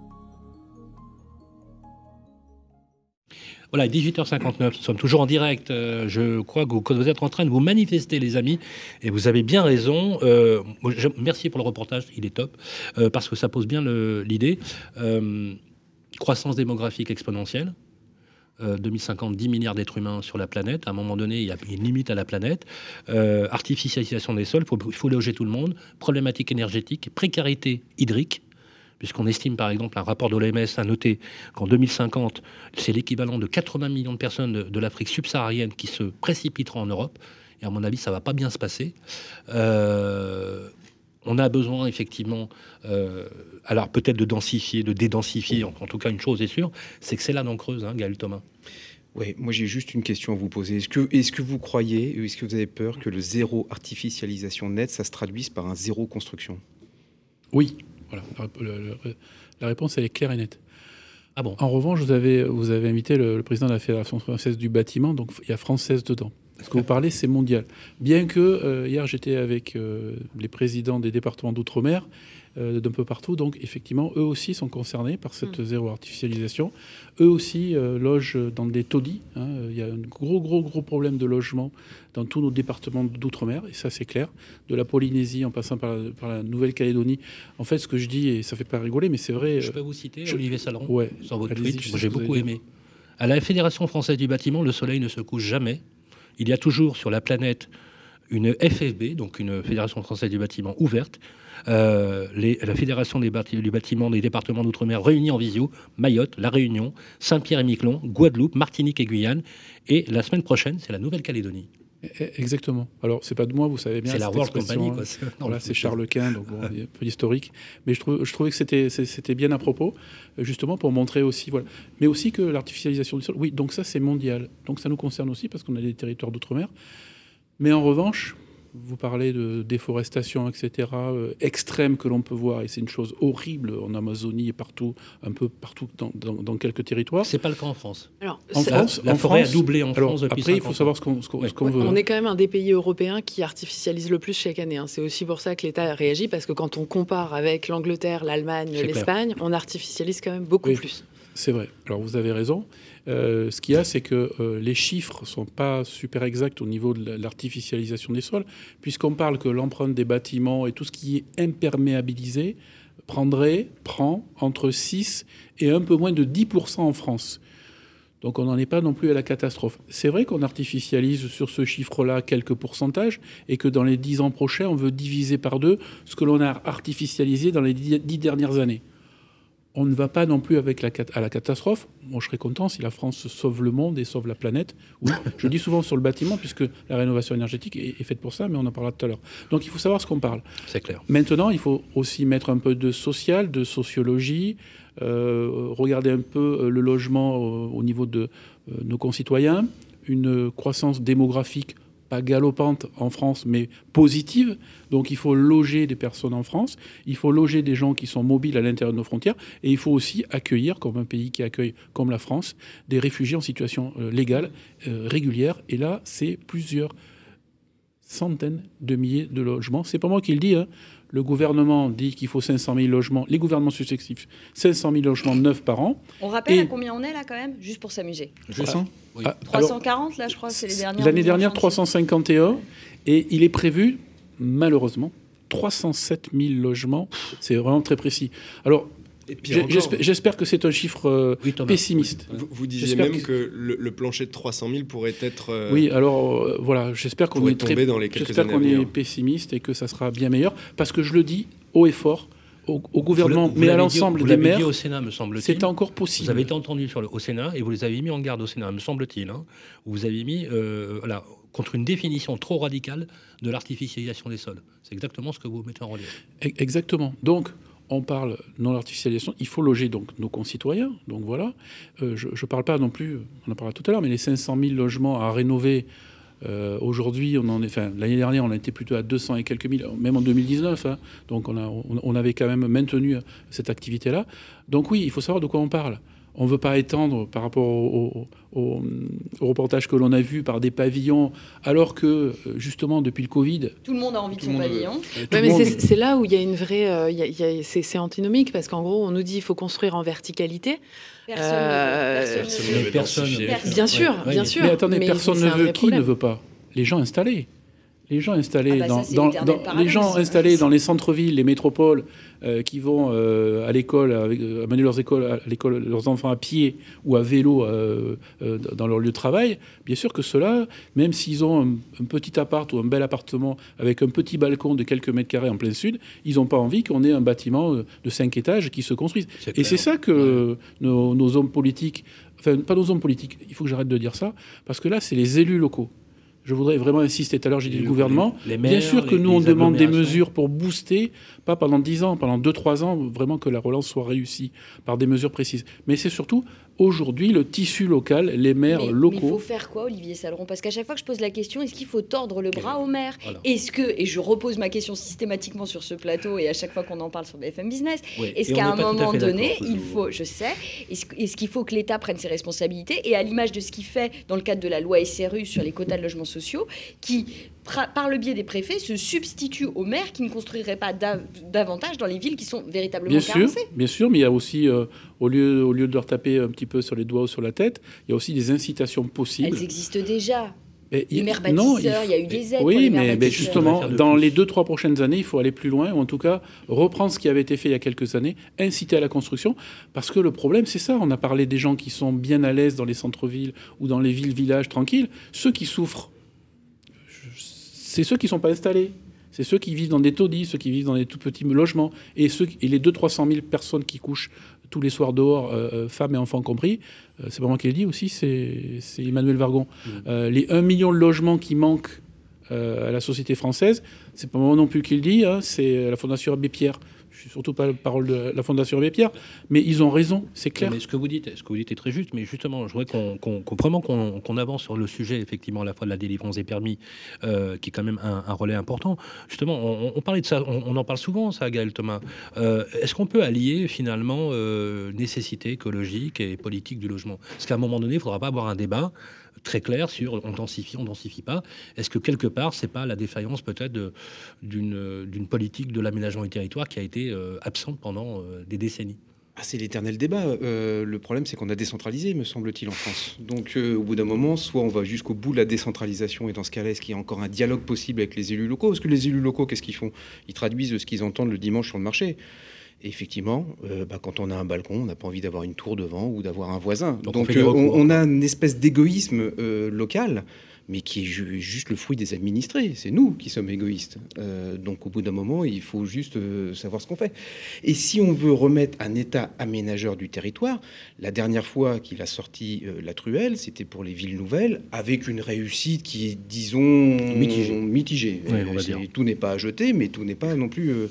Voilà, dix-huit heures cinquante-neuf, nous sommes toujours en direct. Euh, je crois que vous, que vous êtes en train de vous manifester, les amis, et vous avez bien raison. Euh, je, merci pour le reportage, il est top, euh, parce que ça pose bien le, l'idée. Euh, croissance démographique exponentielle. Euh, deux mille cinquante, dix milliards d'êtres humains sur la planète. À un moment donné, il y a une limite à la planète. Euh, artificialisation des sols, il faut, faut loger tout le monde. Problématique énergétique, précarité hydrique, puisqu'on estime, par exemple, un rapport de l'O M S a noté qu'en deux mille cinquante, c'est l'équivalent de quatre-vingts millions de personnes de, de l'Afrique subsaharienne qui se précipiteront en Europe. Et à mon avis, ça ne va pas bien se passer. Euh, on a besoin, effectivement, euh, alors peut-être de densifier, de dédensifier. En, en tout cas, une chose est sûre, c'est que c'est la dent creuse, hein, Gaël Thomas. Oui, moi j'ai juste une question à vous poser. Est-ce que, est-ce que vous croyez, ou est-ce que vous avez peur que le zéro artificialisation nette, ça se traduise par un zéro construction? Oui. Voilà, la, la, la réponse, elle est claire et nette. Ah bon. En revanche, vous avez, vous avez invité le, le président de la Fédération française du bâtiment, donc il y a française dedans. Ce que vous parlez, c'est mondial. Bien que, euh, hier, j'étais avec euh, les présidents des départements d'outre-mer, euh, d'un peu partout, donc effectivement, eux aussi sont concernés par cette mmh. zéro artificialisation. Eux aussi euh, logent dans des taudis. Hein. Il y a un gros, gros, gros problème de logement dans tous nos départements d'outre-mer, et ça, c'est clair. De la Polynésie en passant par la, par la Nouvelle-Calédonie. En fait, ce que je dis, et ça fait pas rigoler, mais c'est vrai... Je peux vous citer, je... Olivier Saleron, ouais, sur votre tweet, moi, j'ai beaucoup aimé. À la Fédération française du bâtiment, le soleil ne se couche jamais. Il y a toujours sur la planète une F F B, donc une Fédération française du bâtiment ouverte, euh, les, la Fédération des bâti- du bâtiment des départements d'outre-mer réunis en visio, Mayotte, La Réunion, Saint-Pierre-et-Miquelon, Guadeloupe, Martinique et Guyane, et la semaine prochaine, c'est la Nouvelle-Calédonie. Exactement. Alors, c'est pas de moi, vous savez bien. C'est la World Company, quoi. Hein. Voilà, c'est Charles Quint, donc bon, un peu historique. Mais je, trouve, je trouvais que c'était, c'était bien à propos, justement pour montrer aussi, voilà. Mais aussi que l'artificialisation du sol, oui, donc ça c'est mondial. Donc ça nous concerne aussi parce qu'on a des territoires d'outre-mer. Mais en revanche, vous parlez de déforestation, et cetera, euh, extrême que l'on peut voir, et c'est une chose horrible en Amazonie et partout, un peu partout dans, dans, dans quelques territoires. C'est pas le cas en France. Alors, en France, la, la en forêt France, a doublé en alors, France depuis après, il faut savoir ce qu'on, ce qu'on, ouais. ce qu'on ouais, veut. On est quand même un des pays européens qui artificialise le plus chaque année. Hein. C'est aussi pour ça que l'État réagit, parce que quand on compare avec l'Angleterre, l'Allemagne, c'est l'Espagne, clair. On artificialise quand même beaucoup oui, plus. C'est vrai. Alors vous avez raison. Euh, ce qu'il y a, c'est que euh, les chiffres ne sont pas super exacts au niveau de l'artificialisation des sols, puisqu'on parle que l'empreinte des bâtiments et tout ce qui est imperméabilisé prendrait, prend entre six et un peu moins de dix pour cent en France. Donc on n'en est pas non plus à la catastrophe. C'est vrai qu'on artificialise sur ce chiffre-là quelques pourcentages et que dans les dix ans prochains, on veut diviser par deux ce que l'on a artificialisé dans les dix dernières années. On ne va pas non plus avec la, à la catastrophe. Moi, je serais content si la France sauve le monde et sauve la planète. Oui, je dis souvent sur le bâtiment, puisque la rénovation énergétique est, est faite pour ça, mais on en parlera tout à l'heure. Donc, il faut savoir ce qu'on parle. C'est clair. Maintenant, il faut aussi mettre un peu de social, de sociologie, euh, regarder un peu le logement au, au niveau de euh, nos concitoyens, une croissance démographique pas galopante en France, mais positive. Donc il faut loger des personnes en France, il faut loger des gens qui sont mobiles à l'intérieur de nos frontières, et il faut aussi accueillir, comme un pays qui accueille, comme la France, des réfugiés en situation euh, légale, euh, régulière. Et là, c'est plusieurs centaines de milliers de logements. C'est pas moi qui le dis, hein. Le gouvernement dit qu'il faut cinq cent mille logements, les gouvernements successifs, cinq cent mille logements neufs par an. On rappelle Et... à combien on est là quand même, juste pour s'amuser. trois cents Oui. trois cent quarante là, je crois, c'est les dernières. L'année dernière, trois cent cinquante et un. Et il est prévu, malheureusement, trois cent sept mille logements. C'est vraiment très précis. Alors, j'espère, j'espère que c'est un chiffre euh, oui, pessimiste. Vous, vous disiez j'espère même que, que le, le plancher de trois cent mille pourrait être... Euh, oui, alors euh, voilà, j'espère qu'on est, très, dans les j'espère qu'on est pessimiste et que ça sera bien meilleur. Parce que je le dis haut et fort, au, au gouvernement, vous, vous mais à l'ensemble dit, des maires, dit au Sénat, me semble-t-il. C'est encore possible. Vous avez été entendu sur le, au Sénat et vous les avez mis en garde au Sénat, me semble-t-il. Hein, où vous avez mis euh, voilà, contre une définition trop radicale de l'artificialisation des sols. C'est exactement ce que vous mettez en relief. Exactement. Donc, on parle non-artificialisation, il faut loger donc nos concitoyens. Donc voilà, euh, je ne parle pas non plus, on en parlera tout à l'heure, mais les cinq cent mille logements à rénover, euh, aujourd'hui, on en est, enfin, l'année dernière, on a été plutôt à deux cents et quelques mille, même en deux mille dix-neuf. Hein, donc on, a, on, on avait quand même maintenu cette activité-là. Donc oui, il faut savoir de quoi on parle. On ne veut pas étendre par rapport au, au, au, au reportage que l'on a vu par des pavillons, alors que, justement, depuis le Covid... Tout le monde a envie de son pavillon. Ouais, mais monde... c'est, c'est là où il y a une vraie... Euh, y a, y a, c'est, c'est antinomique, parce qu'en gros, on nous dit qu'il faut construire en verticalité. Personne euh, ne veut. Personne ne veut. Personne. Personne. Bien sûr, ouais, bien ouais, sûr. Mais attendez, mais personne ne veut. Qui problème. ne veut pas? Les gens installés. Les gens installés ah bah dans, ça, dans, dans les gens installés dans les centres-villes, les métropoles, euh, qui vont euh, à l'école, avec, euh, amener leurs écoles, à l'école, leurs enfants à pied ou à vélo euh, euh, dans leur lieu de travail. Bien sûr que ceux-là, même s'ils ont un, un petit appart ou un bel appartement avec un petit balcon de quelques mètres carrés en plein sud, ils n'ont pas envie qu'on ait un bâtiment de cinq étages qui se construise. C'est Et c'est ça que ouais. nos, nos hommes politiques, enfin pas nos hommes politiques, il faut que j'arrête de dire ça, parce que là, c'est les élus locaux. Je voudrais vraiment insister, tout à l'heure j'ai dit le gouvernement. Les, les maires, bien sûr que les, nous, on demande des mesures pour booster, pas pendant dix ans, pendant deux trois ans, vraiment que la relance soit réussie par des mesures précises. Mais c'est surtout, aujourd'hui, le tissu local, les maires mais, locaux... Mais il faut faire quoi, Olivier Saleron? Parce qu'à chaque fois que je pose la question, est-ce qu'il faut tordre le bras aux maires? Voilà. Est-ce que, et je repose ma question systématiquement sur ce plateau, et à chaque fois qu'on en parle sur B F M Business, oui. est-ce et qu'à un moment donné, il faut, je sais, est-ce, est-ce qu'il faut que l'État prenne ses responsabilités, et à l'image de ce qu'il fait dans le cadre de la loi S R U sur les quotas de logements sociaux, qui, par le biais des préfets, se substitue aux maires qui ne construiraient pas dav- davantage dans les villes qui sont véritablement bien carencées. Sûr, bien sûr, mais il y a aussi, euh, au, lieu, au lieu de leur taper un petit peu sur les doigts ou sur la tête, il y a aussi des incitations possibles. Elles existent déjà. Et les maires bâtisseurs, il, faut... il y a eu des aides oui, pour les mais, maires mais justement, dans les deux, trois prochaines années, il faut aller plus loin, ou en tout cas reprendre ce qui avait été fait il y a quelques années, inciter à la construction, parce que le problème, c'est ça. On a parlé des gens qui sont bien à l'aise dans les centres-villes ou dans les villes-villages tranquilles. Ceux qui souffrent, c'est ceux qui ne sont pas installés. C'est ceux qui vivent dans des taudis, ceux qui vivent dans des tout petits logements. Et, ceux, et les deux cents à trois cent mille personnes qui couchent tous les soirs dehors, euh, femmes et enfants compris, euh, c'est pas moi qui le dis aussi, c'est, c'est Emmanuel Vargon. Mmh. Euh, les un million de logements qui manquent euh, à la société française, c'est pas moi non plus qui le dis, hein, c'est la Fondation Abbé Pierre. Je suis surtout pas le parole de la Fondation Abbé Pierre, mais ils ont raison, c'est clair. Mais ce que vous dites, ce que vous dites est très juste, mais justement, je voudrais qu'on, qu'on, qu'on vraiment qu'on, qu'on avance sur le sujet, effectivement, à la fois de la délivrance des permis, euh, qui est quand même un, un relais important. Justement, on, on parlait de ça, on, on en parle souvent, ça, Gaël Thomas. Euh, est-ce qu'on peut allier finalement euh, nécessité écologique et politique du logement? Parce qu'à un moment donné, il ne faudra pas avoir un débat très clair sur on densifie, on densifie pas. Est-ce que quelque part, c'est pas la défaillance peut-être de, d'une, d'une politique de l'aménagement du territoire qui a été euh, absente pendant euh, des décennies? Ah, c'est l'éternel débat. Euh, le problème, c'est qu'on a décentralisé, me semble-t-il, en France. Donc, euh, au bout d'un moment, soit on va jusqu'au bout de la décentralisation, et dans ce cas-là, est-ce qu'il y a encore un dialogue possible avec les élus locaux? Parce que les élus locaux, qu'est-ce qu'ils font? Ils traduisent ce qu'ils entendent le dimanche sur le marché. Et effectivement, euh, bah, quand on a un balcon, on n'a pas envie d'avoir une tour devant ou d'avoir un voisin. Donc, Donc on, euh, on, on a une espèce d'égoïsme euh, local, mais qui est ju- juste le fruit des administrés. C'est nous qui sommes égoïstes. Euh, donc au bout d'un moment, il faut juste euh, savoir ce qu'on fait. Et si on veut remettre un État aménageur du territoire, la dernière fois qu'il a sorti euh, la truelle, c'était pour les villes nouvelles, avec une réussite qui est, disons, mitigée. mitigée. Oui, on va C'est, dire. tout n'est pas à jeter, mais tout n'est pas non plus... Euh,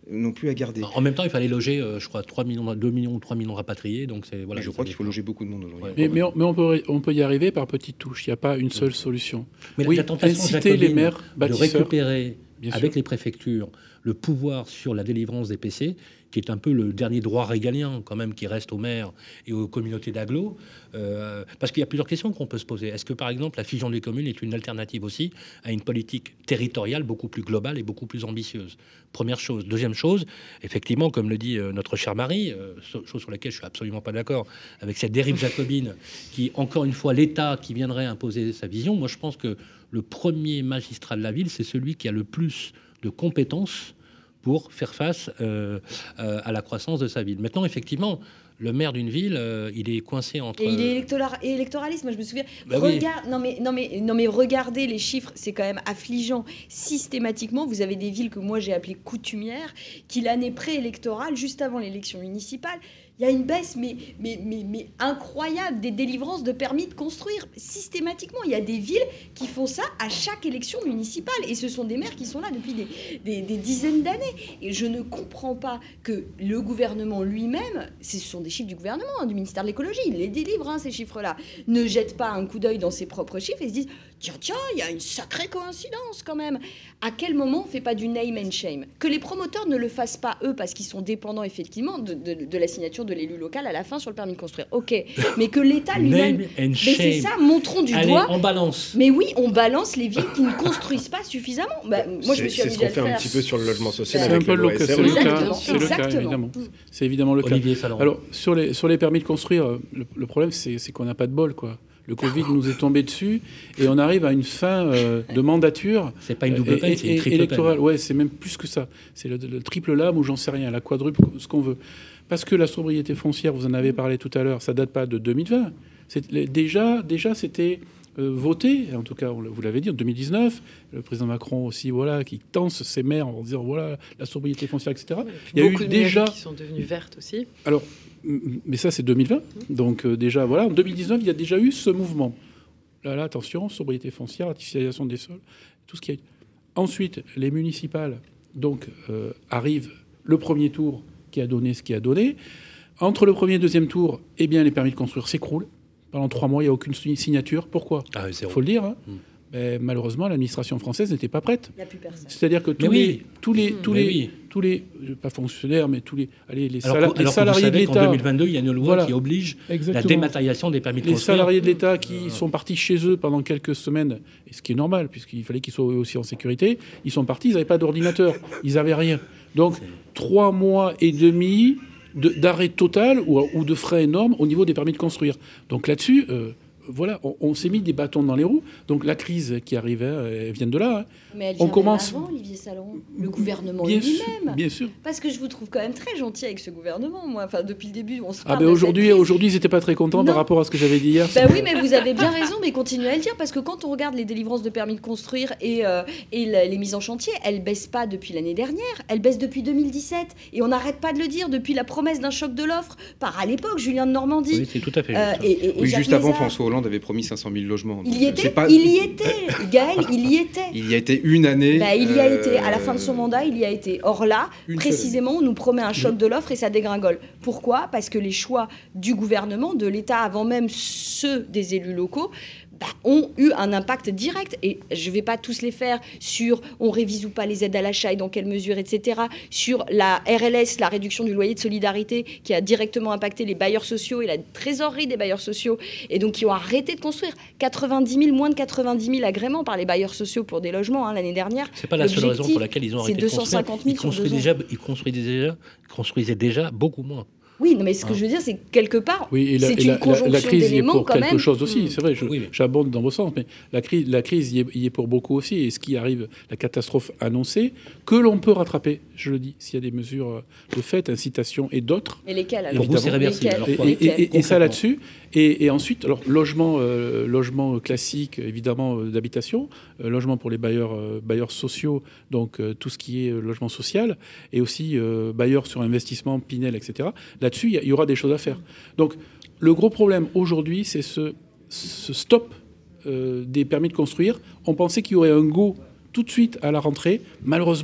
non plus à garder. En même temps, il fallait loger, euh, je crois, trois millions, deux millions ou trois millions rapatriés. Donc c'est, voilà, je crois qu'il faut loger beaucoup de monde aujourd'hui. Ouais. Mais, mais, on, mais on, peut, on peut y arriver par petites touches. Il n'y a pas une seule solution. Mais oui, la tentation inciter les maires de bâtisseurs, récupérer bien avec sûr. les préfectures le pouvoir sur la délivrance des P C, qui est un peu le dernier droit régalien quand même qui reste aux maires et aux communautés d'agglo, euh, parce qu'il y a plusieurs questions qu'on peut se poser. Est-ce que par exemple la fusion des communes est une alternative aussi à une politique territoriale beaucoup plus globale et beaucoup plus ambitieuse? Première chose. Deuxième chose, effectivement, comme le dit euh, notre cher Marie, euh, chose sur laquelle je suis absolument pas d'accord, avec cette dérive jacobine qui, encore une fois, l'État qui viendrait imposer sa vision. Moi, je pense que le premier magistrat de la ville, c'est celui qui a le plus de compétences pour faire face euh, euh, à la croissance de sa ville. Maintenant, effectivement, le maire d'une ville, euh, il est coincé entre... Et il est électoral- et électoraliste, moi je me souviens. Bah oui. Regarde, non, mais, non, mais, non mais regardez les chiffres, c'est quand même affligeant. Systématiquement, vous avez des villes que moi j'ai appelées coutumières, qui l'année préélectorale, juste avant l'élection municipale, il y a une baisse mais, mais, mais, mais incroyable des délivrances de permis de construire. Systématiquement, il y a des villes qui font ça à chaque élection municipale. Et ce sont des maires qui sont là depuis des, des, des dizaines d'années. Et je ne comprends pas que le gouvernement lui-même, ce sont des chiffres du gouvernement, hein, du ministère de l'écologie, il les délivre, hein, ces chiffres-là, ne jette pas un coup d'œil dans ses propres chiffres et se disent « Tiens, tiens, il y a une sacrée coïncidence quand même ». À quel moment on ne fait pas du name and shame? Que les promoteurs ne le fassent pas, eux, parce qu'ils sont dépendants, effectivement, de, de, de la signature de l'élu local à la fin sur le permis de construire. Ok, mais que l'État lui-même... Name and Mais shame. c'est ça, montrons du Allez, doigt. on balance. Mais oui, on balance les villes qui ne construisent pas suffisamment. Bah, moi, je me suis C'est ce amusée qu'on à le fait un faire. petit peu sur le logement social C'est C'est un avec peu la le, loi cas, c'est S R U. le cas, Exactement, c'est le cas, exactement. évidemment. C'est évidemment le cas. Olivier Salan. Alors, sur les, sur les permis de construire, euh, le, le problème, c'est, c'est qu'on n'a pas de bol, quoi. Le Covid nous est tombé dessus et on arrive à une fin euh, de mandature. C'est pas une double peine, et- c'est une et- triple électorale. peine. Ouais, c'est même plus que ça. C'est le, le triple lame ou j'en sais rien, la quadruple, ce qu'on veut. Parce que la sobriété foncière, vous en avez parlé tout à l'heure, ça date pas de deux mille vingt. C'est, les- déjà, déjà, c'était euh, voté, en tout cas, on l'a- vous l'avez dit, en deux mille dix-neuf. Le président Macron aussi, voilà, qui tense ses maires en disant voilà la sobriété foncière, et cetera. Il y a Beaucoup eu de mairies déjà. qui sont devenues vertes aussi. Alors, m- mais ça, c'est deux mille vingt. Donc, euh, déjà, voilà, en deux mille dix-neuf, il y a déjà eu ce mouvement. Là, là, attention, sobriété foncière, artificialisation des sols, tout ce qui est. Ensuite, les municipales, donc, euh, arrivent le premier tour qui a donné ce qui a donné. Entre le premier et le deuxième tour, eh bien, les permis de construire s'écroulent. Pendant trois mois, il n'y a aucune signature. Pourquoi ? Ah, Il zéro. faut le dire. Hein. Mm. Mais malheureusement, l'administration française n'était pas prête. Il n'y a plus personne. C'est-à-dire que tous Mais les, oui. tous les, tous Mais les, oui. tous les, euh, pas fonctionnaires, mais tous les, allez, les, Alors, sala- que- les alors que salariés vous de savez qu'en l'État, deux mille vingt-deux, il y a une loi Voilà. qui oblige la Exactement. dématérialisation des permis de les construire. salariés de l'État qui sont partis chez eux pendant quelques semaines, et ce qui est normal, puisqu'il fallait qu'ils soient eux aussi en sécurité, ils sont partis, ils n'avaient pas d'ordinateur, ils n'avaient rien. Donc, trois mois et demi de- d'arrêt total ou, ou de frais énormes au niveau des permis de construire. Donc là-dessus, euh, voilà, on, on s'est mis des bâtons dans les roues. Donc la crise qui arrivait, euh, elle vient de là. Hein. Mais elle On vient commence- même avant, Olivier Salan, le gouvernement Bien sûr, lui-même. bien sûr. Parce que je vous trouve quand même très gentil avec ce gouvernement, moi. Enfin, depuis le début, on se Ah parle ben de cette aujourd'hui, crise. aujourd'hui, ils n'étaient pas très contents Non. par rapport à ce que j'avais dit hier. Bah oui, mais vous avez bien raison, mais continuez à le dire, parce que quand on regarde les délivrances de permis de construire et, euh, et la- les mises en chantier, elles baissent pas depuis l'année dernière, elles baissent depuis deux mille dix-sept. Et on n'arrête pas de le dire depuis la promesse d'un choc de l'offre par, à l'époque, Julien de Normandie. Oui, c'est tout à fait Euh, juste. et, et- et Oui, Jacques juste avant, Mézard. François Hollande avait promis cinq cent mille logements. Il Donc, y euh, était, c'est pas- il y était, Gaël, il y était. Il y a été une année. Bah, il y a euh, été. À la fin de son mandat, il y a été. Or là, Une précisément, on nous promet un choc de l'offre et ça dégringole. Pourquoi ? Parce que les choix du gouvernement, de l'État, avant même ceux des élus locaux, bah, ont eu un impact direct. Et je ne vais pas tous les faire sur on révise ou pas les aides à l'achat et dans quelle mesure, et cetera. Sur la R L S, la réduction du loyer de solidarité, qui a directement impacté les bailleurs sociaux et la trésorerie des bailleurs sociaux, et donc qui ont arrêté de construire. quatre-vingt-dix mille, moins de quatre-vingt-dix mille agréments par les bailleurs sociaux pour des logements hein, l'année dernière. C'est pas la seule raison L'objectif, pour laquelle ils ont c'est arrêté de construire. deux cent cinquante mille Ils sur deux construisaient ans. déjà, ils construisaient déjà, construisaient déjà beaucoup moins. Oui, non, mais ce que Hein. je veux dire, c'est que quelque part, Oui, et la, c'est et une la- la- conjonction la crise y est d'éléments pour quand quelque même. chose aussi, Mm. c'est vrai, je- Oui, oui. j'abonde dans vos sens, mais la crise, la crise y, est, y est pour beaucoup aussi, et ce qui arrive, la catastrophe annoncée, que l'on peut rattraper, je le dis, s'il y a des mesures euh, de fait, incitation et d'autres. Mais lesquels alors Pour vous, c'est Évidemment. réversible. Lesquels Alors, Et, quoi et- Lesquels et- et ça Concrètement. là-dessus, et, et ensuite, alors logement, euh, logement classique, évidemment euh, d'habitation, euh, logement pour les bailleurs, euh, bailleurs sociaux, donc euh, tout ce qui est euh, logement social, et aussi euh, bailleurs sur investissement, Pinel, et cetera. Là-dessus, il y, a- il y aura des choses à faire. Donc, le gros problème aujourd'hui, c'est ce, ce stop euh, des permis de construire. On pensait qu'il y aurait un go tout de suite à la rentrée. Malheureusement,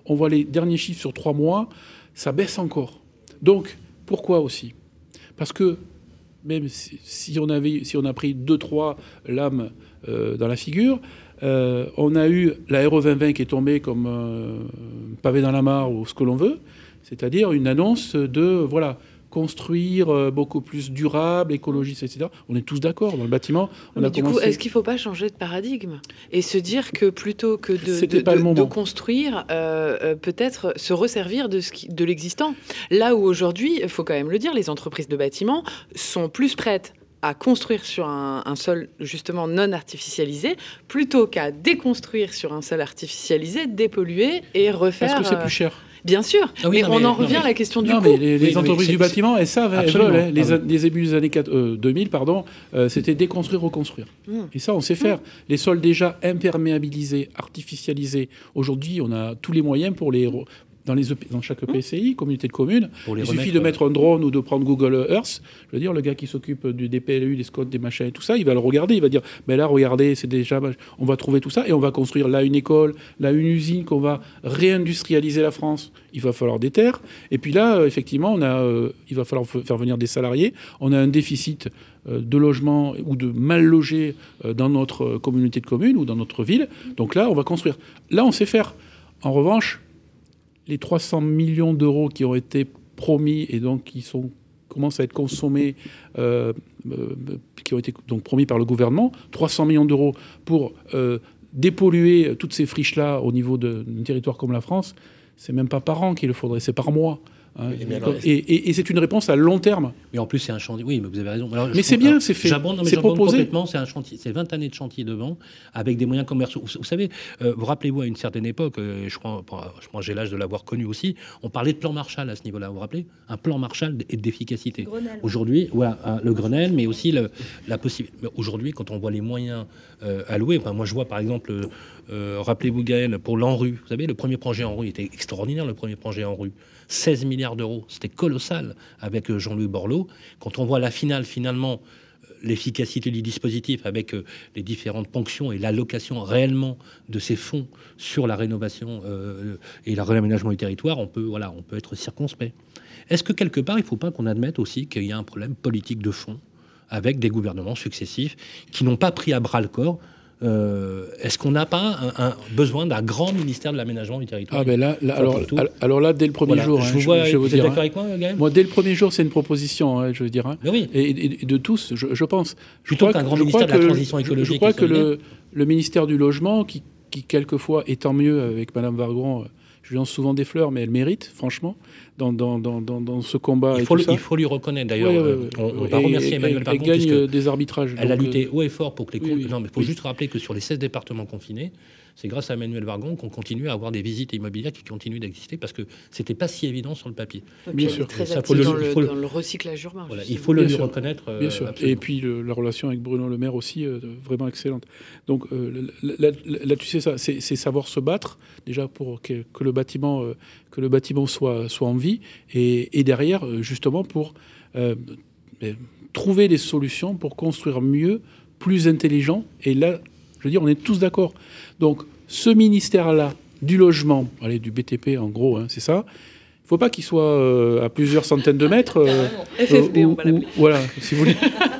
on voit les derniers chiffres sur trois mois, ça baisse encore. Donc, pourquoi aussi ? Parce que même si, si, on avait, si on a pris deux trois lames euh, dans la figure, euh, on a eu la R E vingt vingt qui est tombée comme euh, pavé dans la mare ou ce que l'on veut, c'est-à-dire une annonce de, voilà, construire beaucoup plus durable, écologiste, et cetera. On est tous d'accord dans le bâtiment. On Mais a du commencé... coup, est-ce qu'il ne faut pas changer de paradigme et se dire que plutôt que de, C'était de, pas de, le moment. de construire, euh, euh, peut-être se resservir de, ce qui, de l'existant. Là où aujourd'hui, il faut quand même le dire, les entreprises de bâtiment sont plus prêtes à construire sur un, un sol justement non artificialisé, plutôt qu'à déconstruire sur un sol artificialisé, dépolluer et refaire... Parce que c'est plus cher. Bien sûr, ah oui, mais non, on mais, en revient mais, à la question du non, coût. Mais les, les oui, entreprises oui, du bâtiment, elles savent, elles veulent. Hein, les, ah oui. les débuts des années quatre, euh, deux mille, pardon, euh, c'était déconstruire, reconstruire. Mmh. Et ça, on sait faire. Mmh. Les sols déjà imperméabilisés, artificialisés. Aujourd'hui, on a tous les moyens pour les... Dans, les, dans chaque E P C I, communauté de communes, il remettre, suffit de mettre un drone ou de prendre Google Earth. Je veux dire, le gars qui s'occupe du, des P L U, des SCOT, des machins et tout ça, il va le regarder, il va dire, mais là, regardez, c'est déjà, on va trouver tout ça et on va construire là une école, là une usine, qu'on va réindustrialiser la France. Il va falloir des terres. Et puis là, euh, effectivement, on a, euh, il va falloir faire venir des salariés. On a un déficit euh, de logement ou de mal logés euh, dans notre communauté de communes ou dans notre ville. Donc là, on va construire. Là, on sait faire. En revanche, les trois cents millions d'euros qui ont été promis et donc qui sont, commencent à être consommés, euh, euh, qui ont été donc promis par le gouvernement, trois cents millions d'euros pour euh, dépolluer toutes ces friches-là au niveau d'un territoire comme la France, c'est même pas par an qu'il le faudrait, c'est par mois. Hein. Oui, alors, et, et, et c'est une réponse à long terme. Mais en plus, c'est un chantier. Oui, mais vous avez raison. Alors, mais c'est bien, c'est fait. J'abonde, non, mais c'est j'abonde proposé. Complètement. C'est un chantier. C'est vingt années de chantier devant, avec des moyens commerciaux. Vous, vous savez, euh, vous rappelez-vous à une certaine époque, euh, je crois, je crois j'ai l'âge de l'avoir connu aussi. On parlait de plan Marshall à ce niveau-là. Vous vous rappelez ? Un plan Marshall et d'efficacité. Grenelle. Aujourd'hui, voilà, hein, le Grenelle, mais aussi le, la possibilité. Aujourd'hui, quand on voit les moyens euh, alloués, enfin, moi je vois par exemple, euh, rappelez-vous Gaël, pour l'ANRU. Vous savez, le premier projet ANRU était extraordinaire. Le premier projet ANRU. seize milliards d'euros, c'était colossal avec Jean-Louis Borloo. Quand on voit la finale, finalement, l'efficacité du dispositif avec les différentes ponctions et l'allocation réellement de ces fonds sur la rénovation euh, et le réaménagement du territoire, on peut, voilà, on peut être circonspect. Est-ce que quelque part, il ne faut pas qu'on admette aussi qu'il y a un problème politique de fond avec des gouvernements successifs qui n'ont pas pris à bras le corps? Euh, est-ce qu'on n'a pas un, un besoin d'un grand ministère de l'aménagement du territoire? Ah ben là, là alors, alors là, dès le premier voilà, jour, je hein, vous vois, je, je vous vous êtes dire, d'accord hein, avec moi, Gaël? Moi, dès le premier jour, c'est une proposition, hein, je veux dire, hein, oui. et, et, et de tous, je, je pense. Je Plutôt crois qu'un que, grand je ministère crois de la que, transition écologique. Je, je crois que le, le ministère du logement, qui, qui quelquefois est tant mieux avec Madame Vargon, je lui lance souvent des fleurs, mais elle mérite, franchement, dans, dans, dans, dans, dans ce combat. Il et faut, tout le, ça. il faut lui reconnaître, d'ailleurs. Ouais, ouais, ouais. On, on va et, remercier et, Emmanuel Vargon. Elle gagne des arbitrages. Elle donc, a lutté haut et fort pour que les cours... Oui, oui, non, mais il faut oui. juste rappeler que sur les seize départements confinés, c'est grâce à Emmanuel Vargon qu'on continue à avoir des visites immobilières qui continuent d'exister parce que c'était pas si évident sur le papier. Bien sûr. Très ça, faut le, dans, le, faut le, dans le recyclage urbain. Voilà, il faut le bien lui sûr. reconnaître. Bien euh, sûr. Absolument. Et puis le, la relation avec Bruno Le Maire aussi, euh, vraiment excellente. Donc euh, là, là, là, tu sais ça, c'est savoir se battre déjà pour que, que le bâtiment, euh, que le bâtiment soit, soit en vie et, et derrière justement pour euh, trouver des solutions pour construire mieux, plus intelligent. Et là, je veux dire, on est tous d'accord. Donc, ce ministère-là, du logement, allez, du B T P en gros, hein, c'est ça. Il ne faut pas qu'il soit euh, à plusieurs centaines de mètres. Euh, F F B, euh, on va l'appeler. Voilà, si vous voulez.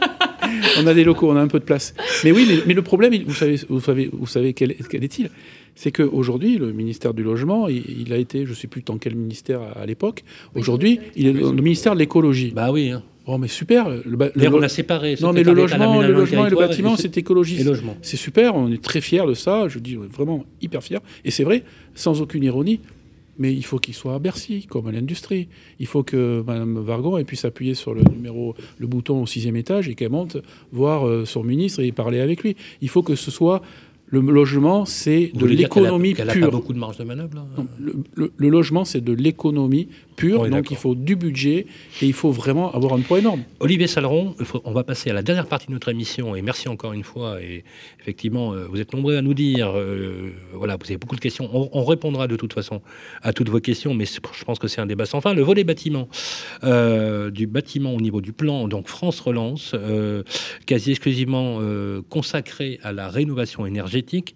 On a des locaux, on a un peu de place. Mais oui, mais, mais le problème, vous savez, vous savez, vous savez quel, quel est-il? C'est qu'aujourd'hui, le ministère du Logement, il, il a été, je ne sais plus dans quel ministère à, à l'époque, aujourd'hui, il est le, le ministère de l'écologie. Bah oui. Hein. Oh mais super. Le, le, on a séparé. Non mais le logement, le logement et le bâtiment, c'est écologiste. C'est super. On est très fiers de ça. Je dis vraiment hyper fiers. Et c'est vrai, sans aucune ironie. Mais il faut qu'il soit à Bercy, comme à l'industrie. Il faut que Mme Vargon ait pu s'appuyer sur le numéro, le bouton au sixième étage et qu'elle monte voir euh, son ministre et parler avec lui. Il faut que ce soit le logement, c'est de l'économie pure. Elle n'a pas beaucoup de marge de manœuvre, là. Non, le, le, le logement, c'est de l'économie pure. Oui, donc il faut du budget et il faut vraiment avoir un poids énorme. Olivier Saleron, on va passer à la dernière partie de notre émission et merci encore une fois. Et effectivement, vous êtes nombreux à nous dire, euh, voilà, vous avez beaucoup de questions. On, on répondra de toute façon à toutes vos questions, mais je pense que c'est un débat sans fin. Le volet bâtiment, euh, du bâtiment au niveau du plan, donc France Relance, euh, quasi exclusivement euh, consacré à la rénovation énergétique.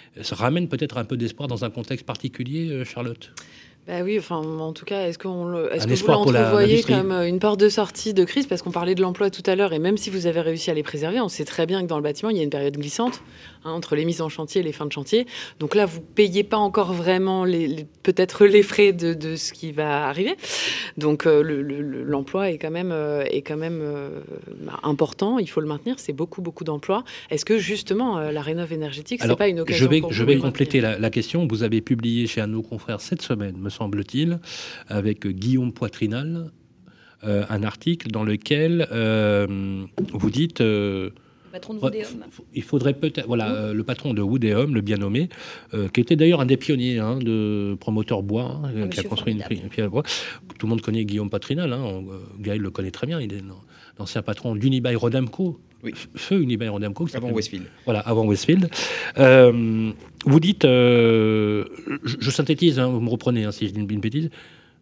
ça ramène peut-être un peu d'espoir dans un contexte particulier, Charlotte ? Bah oui, enfin, en tout cas, est-ce, qu'on le, est-ce que vous la, l'entrevoyez comme une porte de sortie de crise ? Parce qu'on parlait de l'emploi tout à l'heure, et même si vous avez réussi à les préserver, on sait très bien que dans le bâtiment, il y a une période glissante hein, entre les mises en chantier et les fins de chantier. Donc là, vous ne payez pas encore vraiment les, les, peut-être les frais de, de ce qui va arriver. Donc euh, le, le, l'emploi est quand même, euh, est quand même euh, bah, important, il faut le maintenir, c'est beaucoup, beaucoup d'emplois. Est-ce que justement, euh, la rénov énergétique, ce n'est pas une occasion je vais, pour Je vous vais compléter la, la question. Vous avez publié chez un de nos confrères cette semaine, me semble-t-il, avec Guillaume Poitrinal, euh, un article dans lequel euh, vous dites... Euh, le patron de Woodéum. Il faudrait peut-être... Voilà, euh, le patron de Woodéum, le bien nommé, euh, qui était d'ailleurs un des pionniers hein, de promoteur bois, hein, qui a construit une, une pierre bois. Tout le monde connaît Guillaume Poitrinal, hein, on, euh, Gaël le connaît très bien, il est l'ancien patron d'Unibail-Rodamco. Oui. Feu Unibail-Rodamco. Avant Westfield. Voilà, avant Westfield. Euh, vous dites, euh, je, je synthétise, hein, vous me reprenez hein, si je dis une, une bêtise,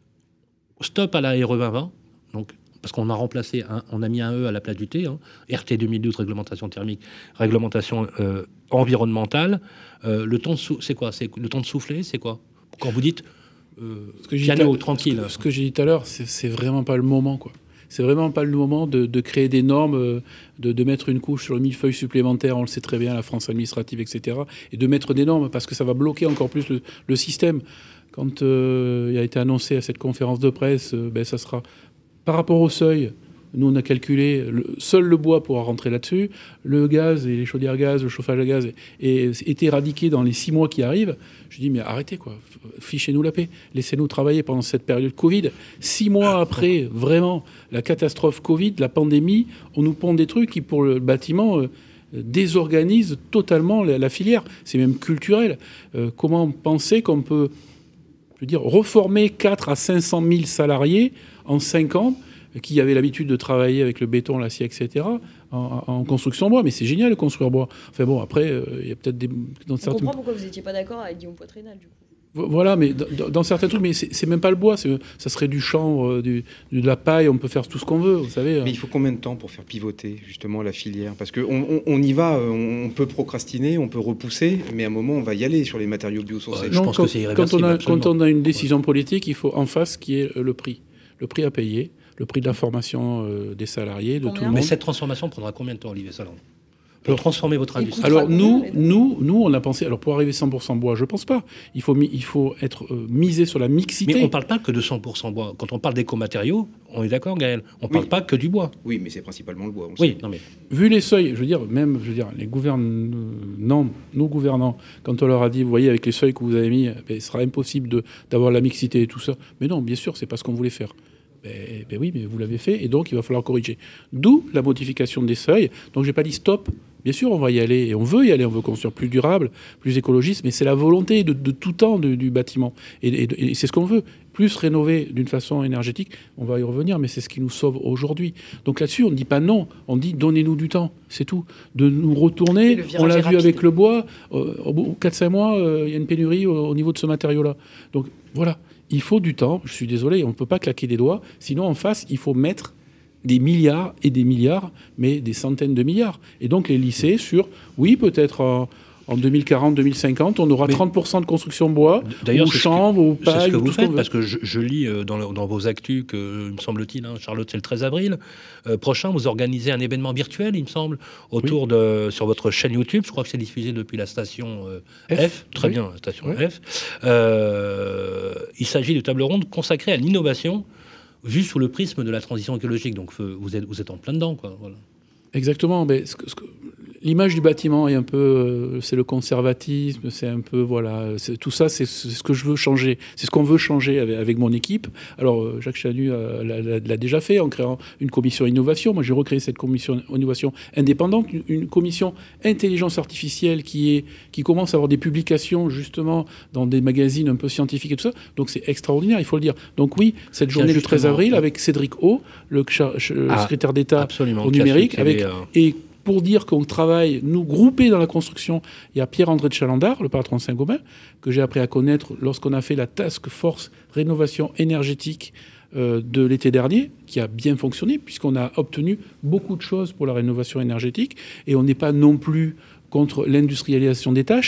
stop à la R E vingt vingt, donc, parce qu'on a remplacé, un, on a mis un E à la place du T, hein, R T deux mille douze, réglementation thermique, réglementation euh, environnementale. Euh, le temps de sou- c'est quoi ? C'est le temps de souffler, c'est quoi ? Quand vous dites euh, ce que piano, j'ai tranquille. Ce que, ce que j'ai dit tout à l'heure, c'est, c'est vraiment pas le moment, quoi. C'est vraiment pas le moment de, de créer des normes, de, de mettre une couche sur le millefeuille supplémentaire, on le sait très bien, la France administrative, et cetera, et de mettre des normes, parce que ça va bloquer encore plus le, le système. Quand euh, il a été annoncé à cette conférence de presse, euh, ben, ça sera par rapport au seuil. Nous, on a calculé, le, seul le bois pourra rentrer là-dessus. Le gaz et les chaudières gaz, le chauffage à gaz est, est, est éradiqué dans les six mois qui arrivent. Je dis, mais arrêtez, quoi. Fichez-nous la paix. Laissez-nous travailler pendant cette période Covid. Six mois après, vraiment, la catastrophe Covid, la pandémie, on nous pond des trucs qui, pour le bâtiment, euh, désorganisent totalement la, la filière. C'est même culturel. Euh, comment penser qu'on peut, je veux dire, reformer quatre à cinq cent mille salariés en cinq ans qui avaient l'habitude de travailler avec le béton, l'acier, et cetera, en, en construction bois. Mais c'est génial de construire bois. Enfin bon, après, il euh, y a peut-être des... Dans On certains... comprend pourquoi vous n'étiez pas d'accord avec Guillaume Poitrinal, du coup. Voilà, mais dans, dans certains trucs, mais c'est, c'est même pas le bois, c'est, ça serait du chanvre, du, de la paille, on peut faire tout ce qu'on veut, vous savez. Mais il faut combien de temps pour faire pivoter justement la filière ? Parce qu'on on, on y va, on peut procrastiner, on peut repousser, mais à un moment on va y aller sur les matériaux biosourcés. Ouais, je pense quand, que c'est irréversible. Quand on, a, absolument. quand on a une décision politique, il faut en face qui est le prix, le prix à payer, le prix de la formation euh, des salariés, de Combien ? tout le monde. Mais cette transformation prendra combien de temps, Olivier Salan ? Pour transformer votre industrie. Alors nous, nous, nous, on a pensé. Alors pour arriver cent pour cent bois, je pense pas. Il faut, il faut être euh, misé sur la mixité. Mais on ne parle pas que de cent pour cent bois. Quand on parle d'écomatériaux, on est d'accord, Gaël. On ne parle Oui. pas que du bois. Oui, mais c'est principalement le bois. On Oui, sait. non mais Vu les seuils, je veux dire, même, je veux dire, les gouvernants, nos gouvernants, quand on leur a dit, vous voyez, avec les seuils que vous avez mis, ben, il sera impossible de, d'avoir la mixité et tout ça. Mais non, bien sûr, c'est pas ce qu'on voulait faire. Ben, ben oui, mais vous l'avez fait, et donc il va falloir corriger. D'où la modification des seuils. Donc j'ai pas dit stop. Bien sûr, on va y aller, et on veut y aller, on veut construire plus durable, plus écologiste, mais c'est la volonté de, de tout temps de, du bâtiment. Et, et, et c'est ce qu'on veut. Plus rénover d'une façon énergétique, on va y revenir, mais c'est ce qui nous sauve aujourd'hui. Donc là-dessus, on ne dit pas non, on dit donnez-nous du temps, c'est tout. De nous retourner, on l'a vu avec le bois, euh, au bout de quatre à cinq mois, euh, il y a une pénurie au, au niveau de ce matériau-là. Donc voilà, il faut du temps, je suis désolé, on ne peut pas claquer des doigts, sinon en face, il faut mettre des milliards et des milliards, mais des centaines de milliards. Et donc les lycées sur, oui, peut-être en, en deux mille quarante, deux mille cinquante, on aura mais trente pour cent de construction bois, ou chanvre, ou paille, c'est ce que ou vous tout ce faites, qu'on veut. Parce que je, je lis dans, le, dans vos actus que, il me semble-t-il, hein, Charlotte, c'est le treize avril euh, prochain, vous organisez un événement virtuel, il me semble, autour oui. de, sur votre chaîne YouTube. Je crois que c'est diffusé depuis la station euh, F. F. Très oui. bien, la station oui. F. Euh, il s'agit de table ronde consacrée à l'innovation vu sous le prisme de la transition écologique. Donc vous êtes, vous êtes en plein dedans, quoi. Voilà. Exactement. Mais ce que, ce que, l'image du bâtiment est un peu, euh, c'est le conservatisme, c'est un peu, voilà, c'est, tout ça, c'est, c'est ce que je veux changer. C'est ce qu'on veut changer avec, avec mon équipe. Alors, euh, Jacques Chanu euh, l'a, l'a, l'a déjà fait en créant une commission innovation. Moi, j'ai recréé cette commission innovation indépendante, une, une commission intelligence artificielle qui est, qui commence à avoir des publications justement dans des magazines un peu scientifiques et tout ça. Donc, c'est extraordinaire, il faut le dire. Donc, oui, cette journée du treize avril avec Cédric O, le ah, secrétaire d'État au numérique, avec euh... et pour dire qu'on travaille, nous, groupés dans la construction, il y a Pierre-André de Chalandard, le patron de Saint-Gobain, que j'ai appris à connaître lorsqu'on a fait la task force rénovation énergétique euh, de l'été dernier, qui a bien fonctionné, puisqu'on a obtenu beaucoup de choses pour la rénovation énergétique, et on n'est pas non plus contre l'industrialisation des tâches.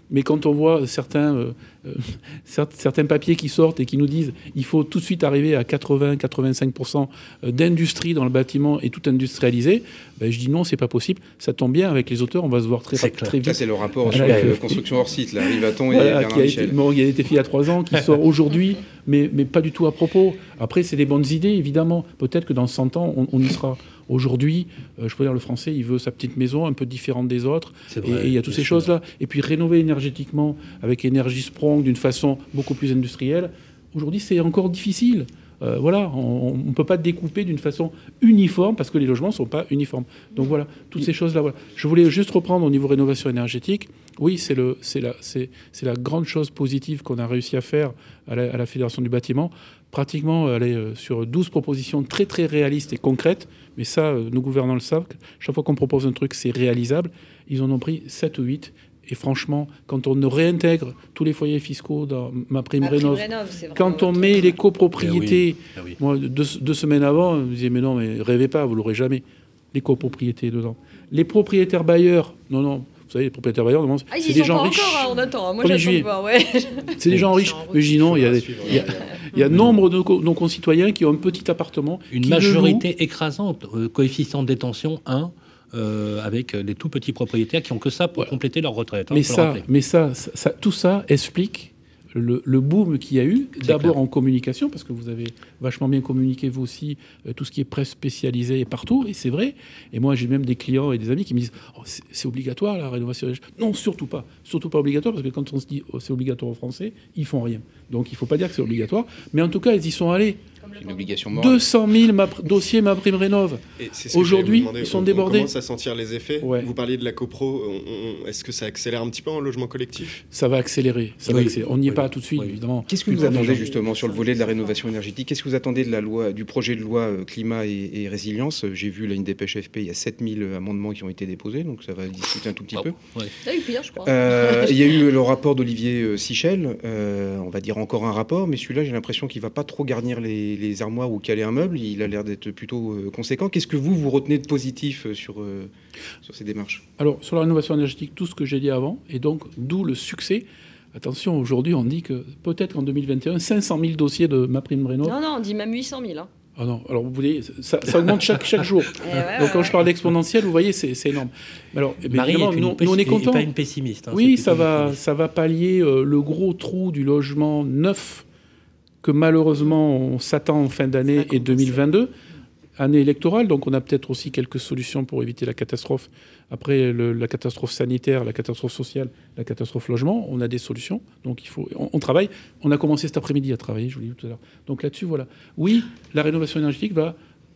Mais quand on voit certains, euh, euh, certains papiers qui sortent et qui nous disent qu'il faut tout de suite arriver à quatre-vingts à quatre-vingt-cinq pour cent d'industrie dans le bâtiment et tout industrialisé, ben je dis non, c'est pas possible. Ça tombe bien, avec les auteurs, on va se voir très, très vite. Ça, c'est le rapport sur la euh, construction hors site, là, Rivaton et voilà, Bernard qui a Michel. Été, bon, il a été fait il y a trois ans, qui sort aujourd'hui, mais, mais pas du tout à propos. Après, c'est des bonnes idées, évidemment. Peut-être que dans cent ans, on, on y sera. Aujourd'hui, euh, je peux dire, le Français, il veut sa petite maison un peu différente des autres. Vrai, et il y a toutes ces sûr. choses-là. Et puis, rénover énergétiquement avec Énergie Sprong d'une façon beaucoup plus industrielle, aujourd'hui, c'est encore difficile. Euh, voilà, on ne peut pas découper d'une façon uniforme parce que les logements ne sont pas uniformes. Donc voilà, toutes ces choses-là. Voilà. Je voulais juste reprendre au niveau rénovation énergétique. Oui, c'est, le, c'est, la, c'est, c'est la grande chose positive qu'on a réussi à faire à la, à la Fédération du bâtiment. Pratiquement, aller euh, sur douze propositions très très réalistes et concrètes. Mais ça, euh, nos gouvernants le savent. Chaque fois qu'on propose un truc, c'est réalisable. Ils en ont pris sept ou huit. Et franchement, quand on réintègre tous les foyers fiscaux dans ma prime rénov, quand on met les copropriétés, eh oui, eh oui. moi, deux, deux semaines avant, je me disais, mais non, mais rêvez pas, vous l'aurez jamais, les copropriétés dedans. Les propriétaires bailleurs, non, non, vous savez, les propriétaires bailleurs, non, ah, c'est des gens riches. Encore, hein, on attend, moi j'attends de voir, ouais. C'est des gens riches. Mais je dis non, il y a, il y a, il y a nombre de nos, nos concitoyens qui ont un petit appartement. Une majorité écrasante, euh, coefficient de détention un. Euh, avec les tout petits propriétaires qui ont que ça pour ouais. compléter leur retraite. Hein, mais ça, mais ça, ça, ça, tout ça explique le, le boom qu'il y a eu, c'est d'abord clair. En communication, parce que vous avez vachement bien communiqué vous aussi, euh, tout ce qui est presse spécialisée partout, et c'est vrai. Et moi, j'ai même des clients et des amis qui me disent oh, c'est, c'est obligatoire la rénovation. Non, surtout pas. Surtout pas obligatoire, parce que quand on se dit oh, c'est obligatoire aux Français, ils font rien. Donc il ne faut pas dire que c'est obligatoire, mais en tout cas, ils y sont allés. Une obligation morale. deux cent mille ma pr- dossiers ma prime rénov. Aujourd'hui, ils sont on, débordés. On commence à sentir les effets. Ouais. Vous parliez de la copro. On, on, est-ce que ça accélère un petit peu en logement collectif ? Ça va accélérer. Ça oui. va accélérer. On n'y est oui. pas tout de suite, oui. évidemment. Qu'est-ce que vous attendez justement sur le volet de la rénovation énergétique ? Qu'est-ce que vous attendez de la loi, du projet de loi climat et, et résilience ? J'ai vu là une dépêche A F P, il y a sept mille amendements qui ont été déposés, donc ça va discuter un tout petit oh. peu. Ouais. Ça a eu pire, je crois. Euh, il y a eu le rapport d'Olivier Sichel. Euh, on va dire encore un rapport, mais celui-là, j'ai l'impression qu'il ne va pas trop garnir les, les armoires ou caler un meuble, il a l'air d'être plutôt euh, conséquent. Qu'est-ce que vous, vous retenez de positif euh, sur, euh, sur ces démarches ? Alors, sur la rénovation énergétique, tout ce que j'ai dit avant, et donc d'où le succès. Attention, aujourd'hui, on dit que peut-être en deux mille vingt et un, cinq cent mille dossiers de ma prime rénov. Non, non, on dit même huit cent mille. Hein. Ah non, alors vous voyez, ça, ça augmente chaque, chaque jour. ouais, ouais, donc quand ouais. je parle d'exponentiel, vous voyez, c'est, c'est énorme. Alors, Marie évidemment, nous, nous, on est contents. Pas une pessimiste. Hein, oui, ça va, ça va pallier euh, le gros trou du logement neuf que malheureusement on s'attend en fin d'année et deux mille vingt-deux, année électorale, donc on a peut-être aussi quelques solutions pour éviter la catastrophe. Après le, la catastrophe sanitaire, la catastrophe sociale, la catastrophe logement, on a des solutions, donc il faut, on, on travaille. On a commencé cet après-midi à travailler, je vous l'ai dit tout à l'heure. Donc là-dessus, voilà. Oui, la rénovation énergétique va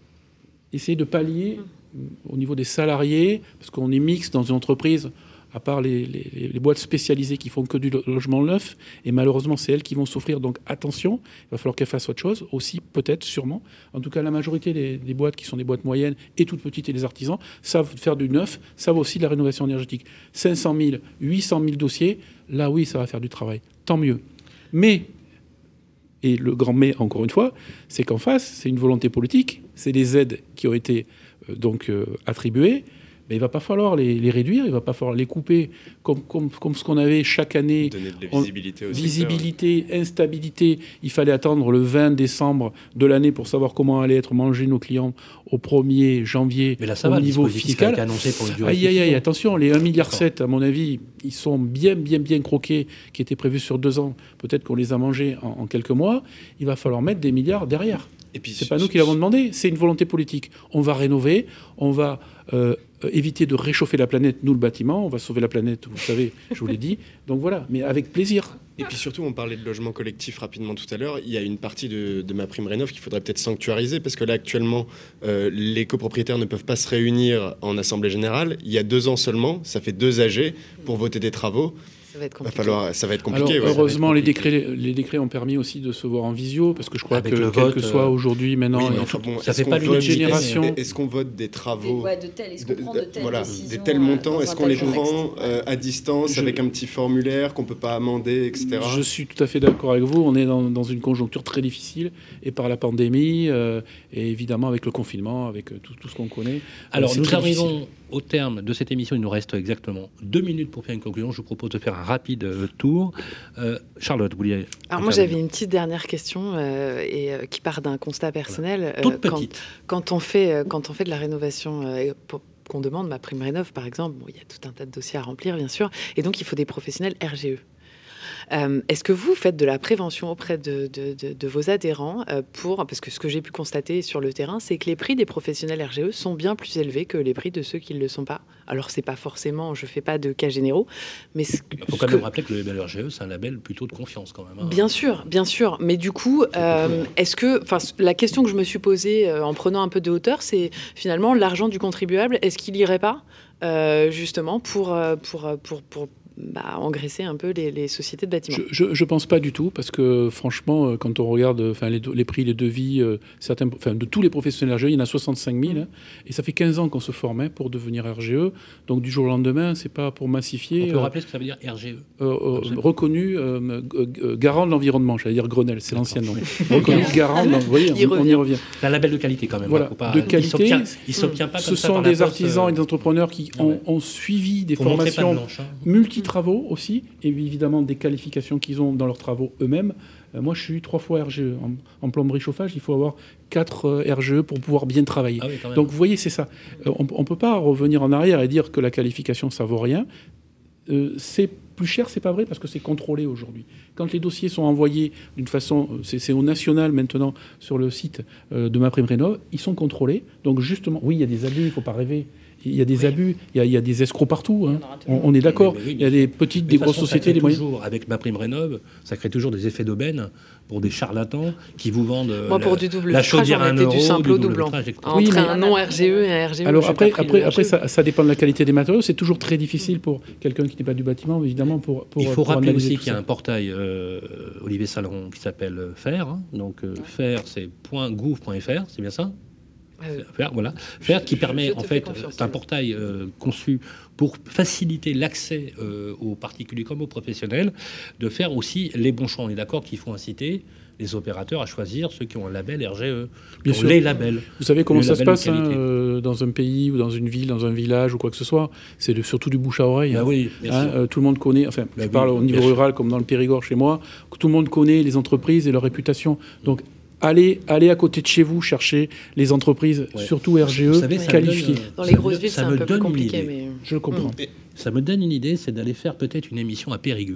essayer de pallier au niveau des salariés, parce qu'on est mixte dans une entreprise, à part les, les, les boîtes spécialisées qui font que du logement neuf, et malheureusement, c'est elles qui vont souffrir. Donc attention, il va falloir qu'elles fassent autre chose, aussi, peut-être, sûrement. En tout cas, la majorité des, des boîtes qui sont des boîtes moyennes et toutes petites et les artisans savent faire du neuf, savent aussi de la rénovation énergétique. cinq cent mille, huit cent mille dossiers, là, oui, ça va faire du travail. Tant mieux. Mais, et le grand mais, encore une fois, c'est qu'en face, c'est une volonté politique, c'est des aides qui ont été euh, donc euh, attribuées. Mais il ne va pas falloir les, les réduire, il ne va pas falloir les couper comme, comme, comme ce qu'on avait chaque année. Donner de la visibilité aussi. Visibilité, instabilité. Il fallait attendre le vingt décembre de l'année pour savoir comment allaient être mangés nos clients au premier janvier. Mais là, ça au va, niveau le fiscal. A été annoncé pour une durée aïe, aïe, aïe, attention, les un virgule sept milliard, à mon avis, ils sont bien, bien, bien croqués, qui étaient prévus sur deux ans. Peut-être qu'on les a mangés en, en quelques mois. Il va falloir mettre des milliards derrière. Et puis, c'est pas nous qui l'avons demandé, c'est une volonté politique. On va rénover, on va euh, éviter de réchauffer la planète, nous le bâtiment, on va sauver la planète, vous savez, je vous l'ai dit. Donc voilà, mais avec plaisir. Et puis surtout, on parlait de logement collectif rapidement tout à l'heure. Il y a une partie de, de ma prime rénov qu'il faudrait peut-être sanctuariser parce que là, actuellement, euh, les copropriétaires ne peuvent pas se réunir en assemblée générale. Il y a deux ans seulement, ça fait deux A G pour voter des travaux. Ça va être compliqué. Va falloir, ça va être compliqué. Alors, ouais, heureusement, compliqué. Les, décrets, les décrets ont permis aussi de se voir en visio, parce que je crois Avec que le quel vote, que soit euh... aujourd'hui, maintenant, oui, enfin, bon, ça fait pas une génération. Est-ce qu'on vote des travaux des, ouais, de tel, est-ce qu'on prend de telles voilà, décisions, des tels montants, est-ce qu'on les prend euh, à distance je... avec un petit formulaire qu'on peut pas amender, et cetera. cetera. Je suis tout à fait d'accord avec vous. On est dans, dans une conjoncture très difficile, et par la pandémie, euh, et évidemment avec le confinement, avec euh, tout, tout ce qu'on connaît. Alors, c'est nous très arrivons difficile. au terme de cette émission. Il nous reste exactement deux minutes pour faire une conclusion. Je vous propose de faire un rapide euh, tour. Euh, Charlotte, vous vouliez... Alors moi, j'avais une petite dernière question euh, et, euh, qui part d'un constat personnel. Toute Euh, quand, petite. quand, on fait, euh, quand on fait de la rénovation, euh, pour- qu'on demande ma prime rénov, par exemple, bon, il y a tout un tas de dossiers à remplir, bien sûr, et donc il faut des professionnels R G E. Euh, Est-ce que vous faites de la prévention auprès de, de, de, de vos adhérents euh, pour, parce que ce que j'ai pu constater sur le terrain, c'est que les prix des professionnels R G E sont bien plus élevés que les prix de ceux qui ne le sont pas. Alors, c'est pas forcément, je fais pas de cas généraux, mais ce, Il faut ce quand que- même rappeler que le label R G E, c'est un label plutôt de confiance quand même. hein. Bien sûr, bien sûr. Mais du coup, euh, est-ce que, enfin, la question que je me suis posée euh, en prenant un peu de hauteur, c'est finalement l'argent du contribuable, est-ce qu'il irait pas euh, justement pour, euh, pour, euh, pour, pour bah, engraisser un peu les, les sociétés de bâtiments? Je ne pense pas du tout, parce que franchement, euh, quand on regarde euh, enfin, les, do- les prix, les devis, euh, certains, enfin, de tous les professionnels R G E, il y en a soixante-cinq mille, hein, et ça fait quinze ans qu'on se formait pour devenir R G E. Donc du jour au lendemain, c'est pas pour massifier. On peut euh, rappeler ce que ça veut dire R G E. euh, euh, reconnu euh, euh, euh, garant de l'environnement, j'allais dire Grenelle, c'est l'ancien nom. Reconnu garant, de l'en- vous voyez, Il on, on y revient. C'est un label de qualité quand même. Voilà, hein, faut pas- de il qualité. s'obtient- Il s'obtient pas Ce comme ça sont par la des poste, artisans euh, et des entrepreneurs qui Ah ont, ouais. ont suivi des faut montrer patte formations blanche, hein. multi-travaux aussi, et évidemment des qualifications qu'ils ont dans leurs travaux eux-mêmes. Euh, moi, je suis trois fois R G E. En, en plomberie chauffage, il faut avoir quatre euh, R G E pour pouvoir bien travailler. Ah oui, quand même. Donc, vous voyez, c'est ça. Euh, on ne peut pas revenir en arrière et dire que la qualification, ça vaut rien. Euh, c'est plus cher, c'est pas vrai, parce que c'est contrôlé aujourd'hui. Quand les dossiers sont envoyés d'une façon, c'est c'est au national maintenant sur le site euh, de MaPrimeRénov', ils sont contrôlés. Donc justement, oui, il y a des abus, il ne faut pas rêver. Il y a des Oui. abus, il y a, il y a des escrocs partout. hein. Il y en aura toujours. On, on est d'accord. Oui, oui, Il y a des petites, Mais des de toute grosses façon, ça sociétés, crée des moyens. toujours, avec ma prime rénov, ça crée toujours des effets d'aubaine pour des charlatans qui vous vendent euh, Moi, la, pour du double la vitrage, chaudière on à un mettait du euro, simple au double doublon. vitrage, et cetera. Oui, Entre mais- un non R G E et un R G E. Alors j'ai après, pas pris après, le après R G E. ça, ça dépend de la qualité des matériaux. C'est toujours très difficile pour quelqu'un qui n'est pas du bâtiment, évidemment, pour, pour Il faut pour rappeler analyser aussi tout qu'il y a ça. un portail euh, Olivier Saleron qui s'appelle euh, Faire. hein. Donc euh, Faire, c'est .gouv point F R, c'est bien ça Euh, Faire, voilà. Faire qui je- permet, je te en fais fait, confiance, c'est un oui. portail euh, conçu pour faciliter l'accès euh, aux particuliers comme aux professionnels, de faire aussi les bons choix. On est d'accord qu'il faut inciter les opérateurs à choisir ceux qui ont un label R G E, qui Bien ont sûr. les labels. Vous savez comment Le ça se label de passe hein, qualité. euh, dans un pays ou dans une ville, dans un village ou quoi que ce soit. C'est de- surtout du bouche à oreille. Ah hein. oui, bien Hein, sûr. euh, tout le monde connaît, enfin, Bah je oui, parle au bien niveau sûr. rural comme dans le Périgord chez moi, que tout le monde connaît les entreprises et leur réputation. Donc, allez, allez à côté de chez vous chercher les entreprises, Ouais. surtout R G E, Vous savez, ça me qualifiées. donne, euh, Dans ça les me grosses donne- villes, ça c'est un me peu plus donne une compliqué, idée. mais Je le comprends. Ça me donne une idée, c'est d'aller faire peut-être une émission à Périgueux.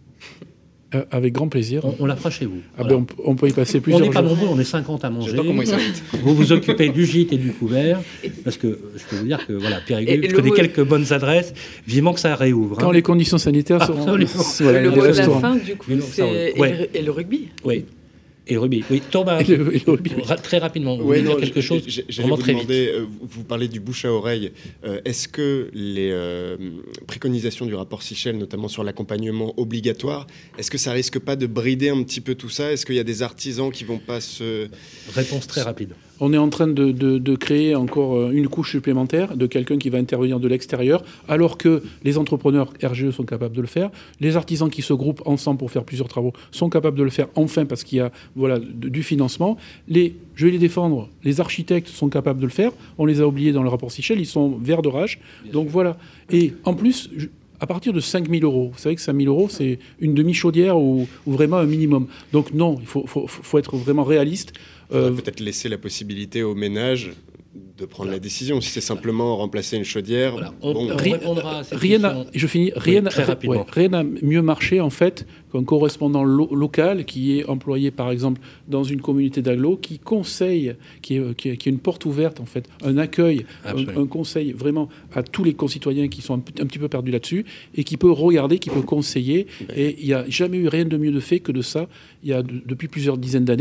Euh, avec grand plaisir. On, on la fera chez vous. Ah Voilà. ben, on, on peut y passer On plusieurs n'est pas jours. nombreux, on est cinquante à manger. J'adore comment il s'invite. Vous vous occupez du gîte et du couvert, parce que je peux vous dire que voilà, Périgueux, Et- et je le connais mot- quelques bonnes adresses, vivement que ça réouvre. Quand hein. les conditions sanitaires seront... Absolument. Voilà, le les mot de la restaurants. fin, du coup, Mais non, ça, c'est ouais. et le- et le rugby. Oui. Et le rugby. Oui, Thomas, Et le- et le rugby. ra- très rapidement, vous Ouais, voulez dire non, quelque j- chose j- J'allais vraiment vous très vite. demander, euh, vous vous parlez du bouche à oreille. Euh, Est-ce que les euh, préconisations du rapport Sichel, notamment sur l'accompagnement obligatoire, est-ce que ça risque pas de brider un petit peu tout ça? Est-ce qu'il y a des artisans qui vont pas se... Réponse très rapide. On est en train de, de- de créer encore euh, une couche supplémentaire de quelqu'un qui va intervenir de l'extérieur, alors que les entrepreneurs R G E sont capables de le faire. Les artisans qui se groupent ensemble pour faire plusieurs travaux sont capables de le faire enfin parce qu'il y a voilà, de- du financement. Les, je vais les défendre, les architectes sont capables de le faire. On les a oubliés dans le rapport Sichel, ils sont verts de rage. Donc voilà. Et en plus... je- à partir de cinq mille euros, vous savez que cinq mille euros, c'est une demi-chaudière ou, ou vraiment un minimum. Donc non, il faut, faut, faut être vraiment réaliste. faudrait Euh, peut-être laisser la possibilité aux ménages de prendre la décision. Si c'est simplement remplacer une chaudière, Voilà. On, bon, on Rien- répondra à cette Rien n'a, question. je finis, rien, Oui, très n'a- rapidement. ouais, rien n'a mieux marché en fait qu'un correspondant lo- local qui est employé par exemple dans une communauté d'agglo, qui conseille, qui est, qui est, qui est une porte ouverte en fait, un accueil, un, Absolument. un conseil vraiment à tous les concitoyens qui sont un, p- un petit peu perdus là-dessus et qui peut regarder, qui peut conseiller. Et il n'y a jamais eu rien de mieux de fait que de ça. Il y a de- depuis plusieurs dizaines d'années.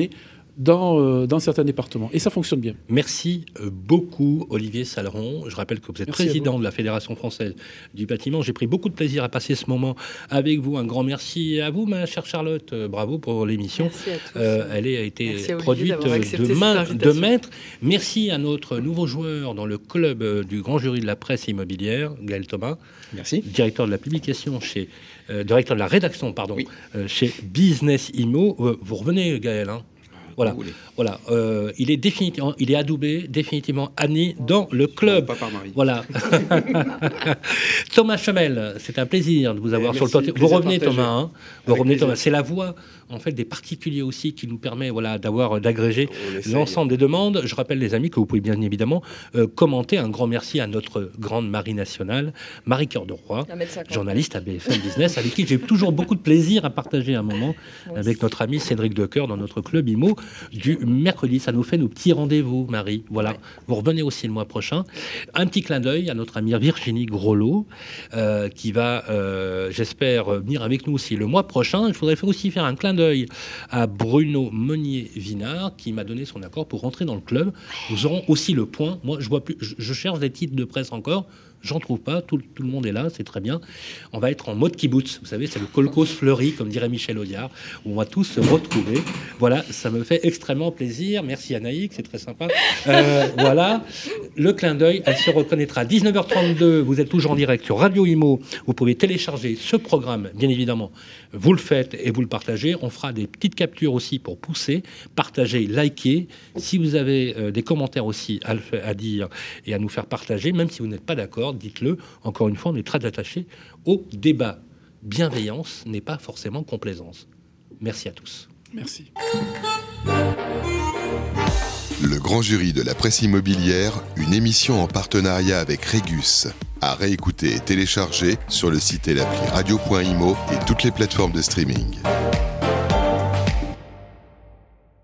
dans, euh, dans certains départements. Et ça fonctionne bien. Merci beaucoup, Olivier Saleron. Je rappelle que vous êtes Merci président de la Fédération française du bâtiment. J'ai pris beaucoup de plaisir à passer ce moment avec vous. Un grand merci à vous, ma chère Charlotte. Bravo pour l'émission. Merci à tous. Euh, elle a été Merci, produite Olivier, de main de maître. Merci à notre nouveau joueur dans le club du grand jury de la presse immobilière, Gaël Thomas. Merci. Directeur de la publication chez... Euh, directeur de la rédaction, pardon, Oui. euh, chez Business Immo. Euh, vous revenez, Gaël, hein. Voilà, voilà. Euh, il est définitivement, il est adoubé, définitivement admis dans le club. Pas par Marie. Voilà. Thomas Chemel, c'est un plaisir de vous avoir Et sur merci, le plateau. Vous revenez, partagé. Thomas. Hein vous Avec revenez, plaisir. Thomas. C'est la voix, en fait, des particuliers aussi qui nous permet, voilà, d'avoir, d'agréger On essaye. l'ensemble des demandes. Je rappelle, les amis, que vous pouvez bien évidemment euh, commenter. Un grand merci à notre grande Marie nationale, Marie Cœur de Roy, un mètre cinquante. journaliste à B F M Business, avec qui j'ai toujours beaucoup de plaisir à partager un moment avec notre ami Cédric Decoeur dans notre club IMO du mercredi. Ça nous fait nos petits rendez-vous, Marie. Voilà. Vous revenez aussi le mois prochain. Un petit clin d'œil à notre amie Virginie Groslo, euh, qui va, euh, j'espère, venir avec nous aussi le mois prochain. Il faudrait aussi faire un clin d'œil à Bruno Meunier-Vinard, qui m'a donné son accord pour rentrer dans le club. Nous aurons aussi le point. Moi, je vois plus, je, je cherche des titres de presse encore. J'en trouve pas, tout, tout le monde est là, c'est très bien. On va être en mode kibbutz, vous savez, c'est le kolkhoz fleuri, comme dirait Michel Audiard, où on va tous se retrouver. Voilà, ça me fait extrêmement plaisir. Merci Anaïk, c'est très sympa. Euh, voilà, le clin d'œil, elle se reconnaîtra. dix-neuf heures trente-deux, vous êtes toujours en direct sur Radio Imo. Vous pouvez télécharger ce programme, bien évidemment. Vous le faites et vous le partagez. On fera des petites captures aussi pour pousser, partager, liker. Si vous avez euh, des commentaires aussi à, le, à dire et à nous faire partager, même si vous n'êtes pas d'accord, dites-le. Encore une fois, on est très attachés au débat. Bienveillance n'est pas forcément complaisance. Merci à tous. Merci. Le grand jury de la presse immobilière, une émission en partenariat avec Régus. À réécouter et télécharger sur le site et l'appli radio point imo et toutes les plateformes de streaming.